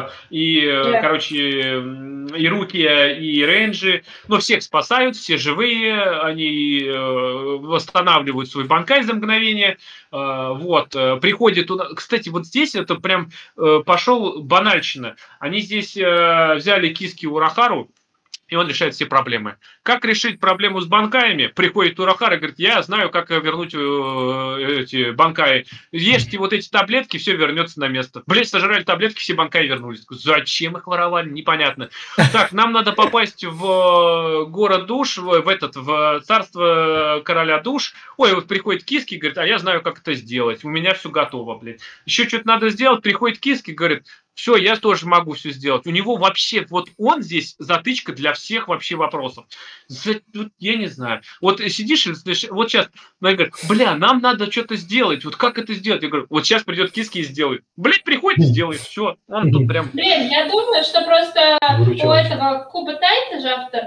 и Рукия, и Рейнджи. Но всех спасают, все живые, они восстанавливают свой банкай за мгновение. Вот, приходит... Кстати, вот здесь это прям пошел банальщина. Они здесь взяли Киски Урахару, и он решает все проблемы. Как решить проблему с банкаями? Приходит Урахара и говорит, я знаю, как вернуть эти банкаи. Ешьте вот эти таблетки, все вернется на место. Блять, сожрали таблетки, все банкаи вернулись. Зачем их воровали? Непонятно. Так, нам надо попасть в город душ, в царство короля душ. Ой, вот приходит Киски и говорит, а я знаю, как это сделать. У меня все готово, блядь. Еще что-то надо сделать. Приходит Киски и говорит, все, я тоже могу все сделать. У него вообще, вот он здесь затычка для всех вообще вопросов. Я не знаю. Вот сидишь, вот сейчас, говорит, бля, нам надо что-то сделать. Вот как это сделать? Я говорю, вот сейчас придет Киски и сделает. Блять, приходит и сделает. Все, он тут прям... Блин, я думаю, что просто у этого Куба Тайта же автор,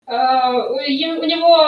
у него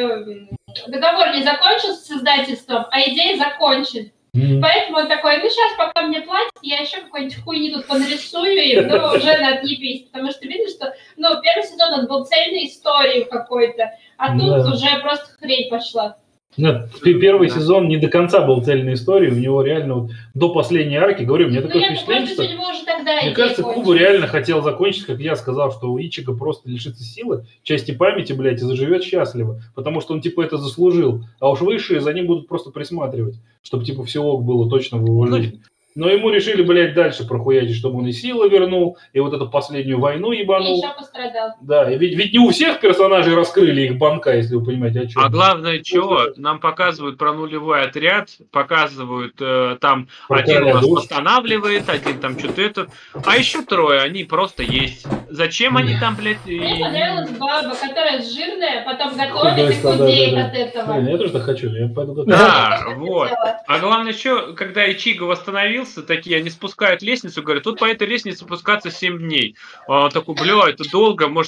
договор не закончился с издательством, а идея закончена. Поэтому он такой, ну сейчас, пока мне платят, я еще какую-нибудь хуйню тут понарисую им, но уже надо отъебись. Потому что видно, что первый сезон он был цельной историей какой-то, а тут уже просто хрень пошла. Нет, первый сезон не до конца был цельной историей, у него реально вот до последней арки, говорю, мне такое впечатление, что... Мне кажется, Куба реально хотел закончить, как я сказал, что у Ичиго просто лишится силы, части памяти, блядь, и заживет счастливо, потому что он, типа, это заслужил, а уж высшие за ним будут просто присматривать, чтобы, типа, все ок было точно в его жизни. Но ему решили, блядь, дальше прохуятить, чтобы он и силы вернул, и вот эту последнюю войну ебанул. И еще пострадал. Да, и ведь не у всех персонажей раскрыли их банка, если вы понимаете, о чем. А главное, что нам показывают про нулевой отряд, показывают там про один нас восстанавливает, один там что-то это, а еще трое, они просто есть. Зачем они там, блядь? Мне понравилась баба, которая жирная, потом готовит и худеет от этого. Я тоже так хочу, я пойду готовить. Да, вот. А главное, что, когда Ичиго восстановился, такие, они спускают лестницу, говорят, тут по этой лестнице спускаться 7 дней. А он такой, бля, это долго, может,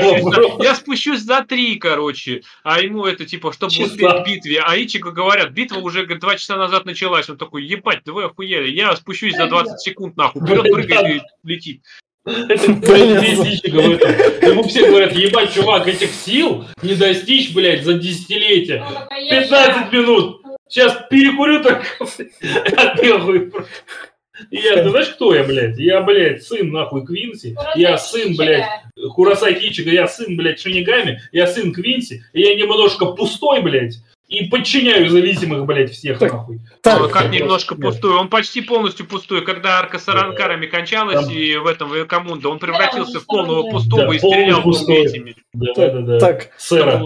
я спущусь за 3, короче. А ему это, типа, чтобы успеть к битве. А Ичиго говорят, битва уже, говорит, 2 часа назад началась. Он такой, ебать, да вы охуели, я спущусь за 20 секунд, нахуй. Берет, прыгает и летит. Это весь Ичиго в этом. Ему все говорят, ебать, чувак, этих сил не достичь, блядь, за десятилетия. 15 минут. Сейчас перекурю так, отбегаю. Я, ты знаешь, кто я, блядь? Я, блядь, сын, нахуй, Квинси. Я сын, блядь, Куросаки Ичиго. Я сын, блядь, Шинигами. Я сын Квинси. И я немножко пустой, блядь. И подчиняю зависимых, блядь, всех, нахуй. Так, как немножко пустой? Он почти полностью пустой. Когда арка с Аранкарами кончалась, и в этом Вейкомунда, он превратился в полного пустого и стрелял этими. Да. Так, сэра.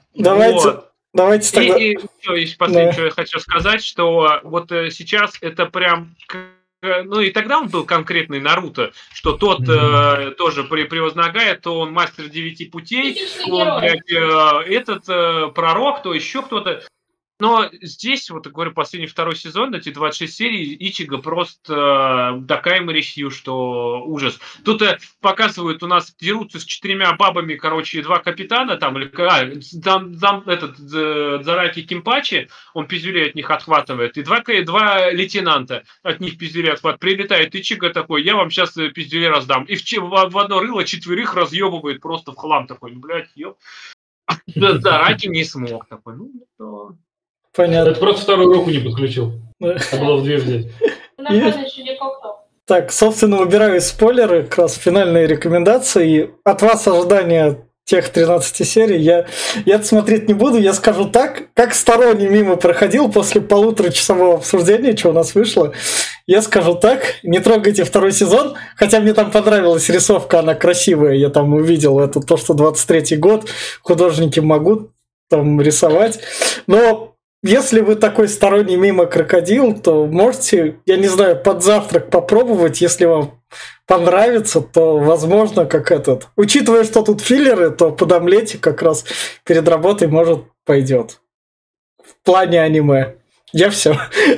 Давайте тогда... И еще последнее, что я хочу сказать, что вот сейчас это прям... Ну и тогда он был конкретный Наруто, что тот тоже превознагает, то он мастер 9 путей, он, блядь, этот пророк, то еще кто-то. Но здесь, вот я говорю, последний второй сезон, эти 26 серий, Ичиго просто такая марисью, что ужас. Тут показывают, у нас дерутся с 4 бабами, короче, 2 капитана, там, или этот Зараки Кимпачи, он пиздюлей от них отхватывает, и 2 лейтенанта от них пиздюлей отхватывает. Прилетает Ичиго такой, я вам сейчас пиздюлей раздам. И в одно рыло 4 разъебывает просто в хлам такой, блядь, ёб. Зараки не смог такой, ну, что... Понятно. Это просто вторую руку не подключил. Это было в 2 взять. Так, собственно, убираю спойлеры, как раз финальные рекомендации. От вас ожидания тех 13 серий я это смотреть не буду. Я скажу так, как сторонний мимо проходил после 1,5-часового обсуждения, что у нас вышло. Я скажу так, не трогайте 2 сезон, хотя мне там понравилась рисовка, она красивая. Я там увидел это, то, что 23-й год, художники могут там рисовать. Но... Если вы такой сторонний мимо крокодил, то можете, я не знаю, под завтрак попробовать. Если вам понравится, то, возможно, как этот. Учитывая, что тут филлеры, то под омлете как раз перед работой, может, пойдет. В плане аниме. Я все.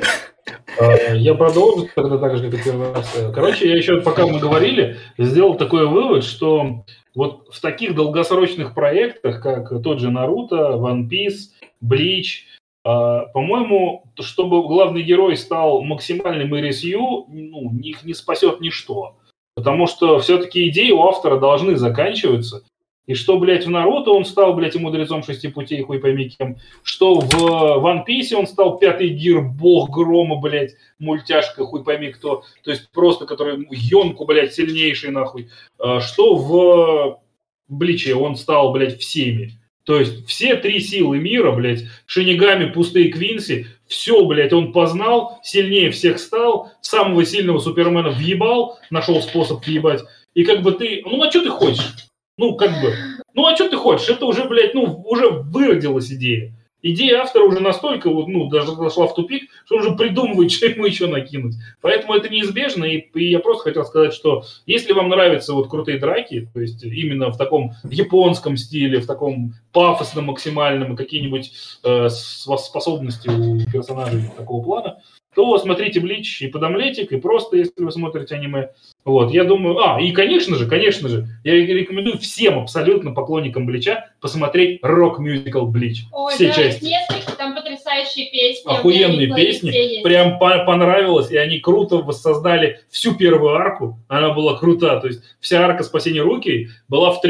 Я продолжу тогда так же, как и первый раз. Короче, я еще, пока мы говорили, сделал такой вывод, что вот в таких долгосрочных проектах, как тот же Наруто, One Piece, Bleach, по-моему, чтобы главный герой стал максимальным РСЮ, их не спасет ничто. Потому что все-таки идеи у автора должны заканчиваться. И что, блядь, в Наруто он стал, блядь, и мудрецом 6 путей, хуй пойми кем. Что в One Piece он стал 5-й гир, бог грома, блядь, мультяшка, хуй пойми кто. То есть просто, который Йонку, блядь, сильнейший, нахуй. Что в Бличе он стал, блядь, всеми. То есть все 3 силы мира, блядь, Шинигами, пустые Квинси, все, блядь, он познал, сильнее всех стал, самого сильного Супермена въебал, нашел способ въебать. И как бы ты, а что ты хочешь? А что ты хочешь? Это уже, блядь, уже выродилась идея. Идея автора уже настолько, даже зашла в тупик, что он уже придумывает, что ему еще накинуть. Поэтому это неизбежно, и я просто хотел сказать, что если вам нравятся вот крутые драки, то есть именно в таком японском стиле, в таком пафосном максимальном, и какие-нибудь способности у персонажей такого плана, то смотрите Блич и Подомлетик, и просто, если вы смотрите аниме. Вот, я думаю... и, конечно же, я рекомендую всем абсолютно поклонникам Блича посмотреть рок-мюзикл Блич. Ой, все да, части. Несколько там потрясающие песни. Охуенные песни. Прям понравилось, и они круто воссоздали всю первую арку. Она была крута. То есть вся арка спасения Руки была в 3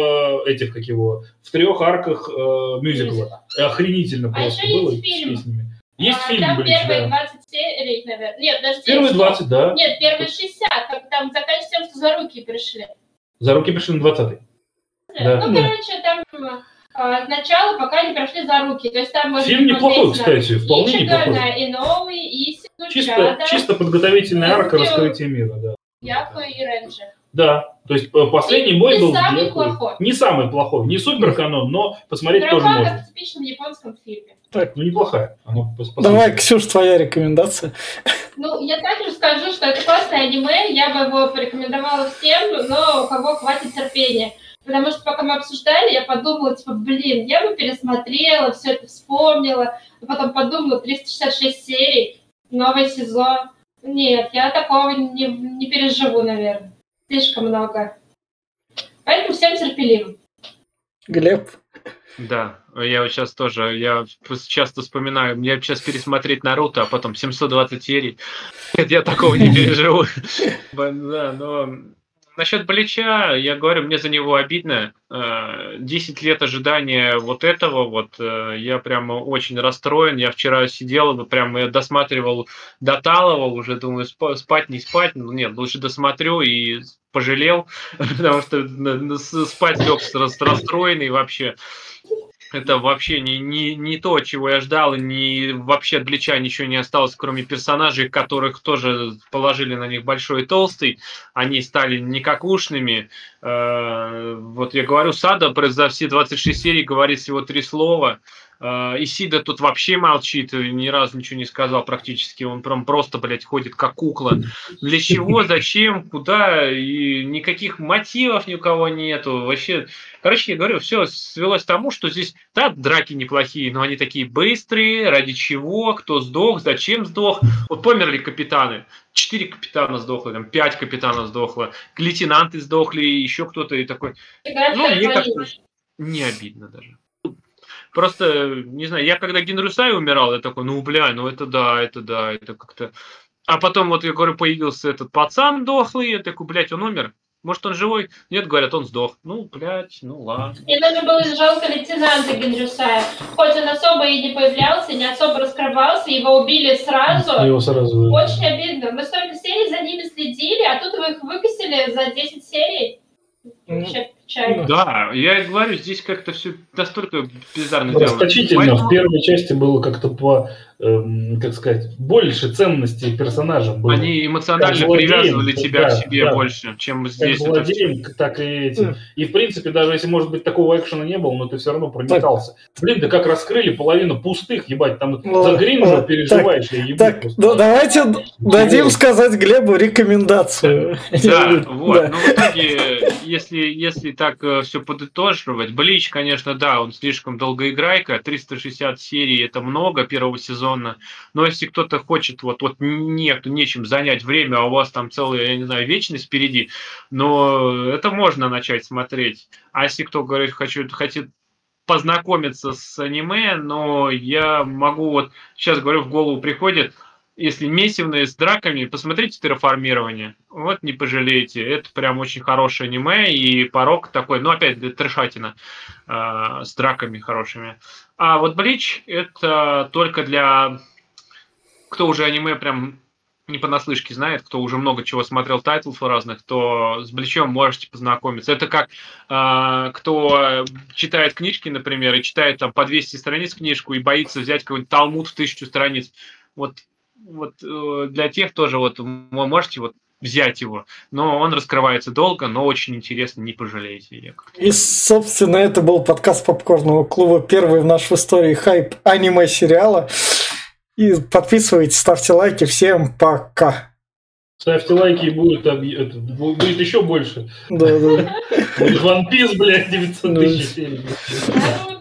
арках мюзикла. Охренительно просто было с песнями. Есть фильм, там Блич, первые 20 серий, наверное. Нет, даже первые 20, да. Нет, первые 60. Там заканчивается тем, что за руки пришли. За руки пришли на 20-й. Да. Короче, там сначала, пока не прошли за руки. То есть там фильм неплохой, кстати, вполне неплохой. И новый, и Синучада. Чисто подготовительная арка раскрытия мира, да. Яко и Ренджи. Да, то есть последний бой был... Не самый плохой. Не супер канон, но посмотреть тоже можно. Как в типичном японском фильме. Так, неплохая. Давай, Ксюш, твоя рекомендация. Я также скажу, что это классное аниме, я бы его порекомендовала всем, но у кого хватит терпения. Потому что пока мы обсуждали, я подумала, я бы пересмотрела, все это вспомнила, а потом подумала, 366 серий, новый сезон. Нет, я такого не переживу, наверное. Слишком много. Поэтому всем терпеливо. Глеб? Да, я вот сейчас тоже, я часто вспоминаю, мне сейчас пересмотреть Наруто, а потом 720 серий. Нет, я такого не переживу. Да, но насчет Блича, я говорю, мне за него обидно. 10 лет ожидания вот этого, я прямо очень расстроен. Я вчера сидел, прямо досматривал, доталывал, уже думаю, спать, не спать. Нет, лучше досмотрю и пожалел, потому что спать лег расстроенный вообще. Это вообще не то, чего я ждал, и вообще от Блича ничего не осталось, кроме персонажей, которых тоже положили на них большой и толстый. Они стали никакушными. Вот я говорю, Сада за все 26 серий говорит всего 3 слова. Исида тут вообще молчит, ни разу ничего не сказал практически. Он прям просто, блядь, ходит как кукла. Для чего, зачем, куда, и никаких мотивов ни у кого нету. Вообще, короче, я говорю, все свелось к тому, что здесь, да, драки неплохие, но они такие быстрые, ради чего, кто сдох, зачем сдох. Вот померли капитаны. 4 капитана сдохло, 5 капитанов сдохло, лейтенанты сдохли, еще кто-то и такой. Мне как-то не обидно даже. Просто, не знаю, я когда Генрюсай умирал, я такой, это как-то... А потом, вот я говорю, появился этот пацан дохлый, я такой, блядь, он умер? Может, он живой? Нет, говорят, он сдох. Ладно. Мне даже было жалко лейтенанта Генрюсая. Хоть он особо и не появлялся, не особо раскрывался, его убили сразу. Очень обидно. Мы столько серий за ними следили, а тут вы их выкосили за 10 серий. Вообще печально. Да, я и говорю, здесь как-то все настолько бездарно сделано. Расточительно. В первой части было как-то больше ценностей персонажам было. Они эмоционально привязывали тебя к себе больше, чем здесь. Как злодеем, так и этим. И, в принципе, даже если, может быть, такого экшена не было, но ты все равно проникался. Блин, да как раскрыли половину пустых, ебать, там за Гринжа переживаешь. Давайте дадим сказать Глебу рекомендацию. Да, вот. Но в итоге, если так все подытоживать, Блич, конечно, да, он слишком долгоиграйка, 360 серий это много первого сезона, но если кто-то хочет, вот нечем занять время, а у вас там целая, я не знаю, вечность впереди, но это можно начать смотреть. А если кто говорит, хотит познакомиться с аниме, но я могу, вот сейчас говорю, в голову приходит, если месивные с драками, посмотрите «Терраформирование». Вот не пожалеете. Это прям очень хорошее аниме, и порог такой, ну опять трешатина, с драками хорошими. А вот «Блич» это только для кто уже аниме прям не понаслышке знает, кто уже много чего смотрел тайтлов разных, то с Бличом можете познакомиться. Это как кто читает книжки, например, и читает там по 200 страниц книжку и боится взять какой-нибудь талмуд в 1000 страниц. Вот для тех тоже вот вы можете вот взять его, но он раскрывается долго, но очень интересно, не пожалеете. И, собственно, это был подкаст Попкорного клуба, первый в нашей истории хайп аниме-сериала. И подписывайтесь, ставьте лайки. Всем пока. Ставьте лайки, и будет еще больше. Да. Будет One Piece, блядь, 900 тысяч серий.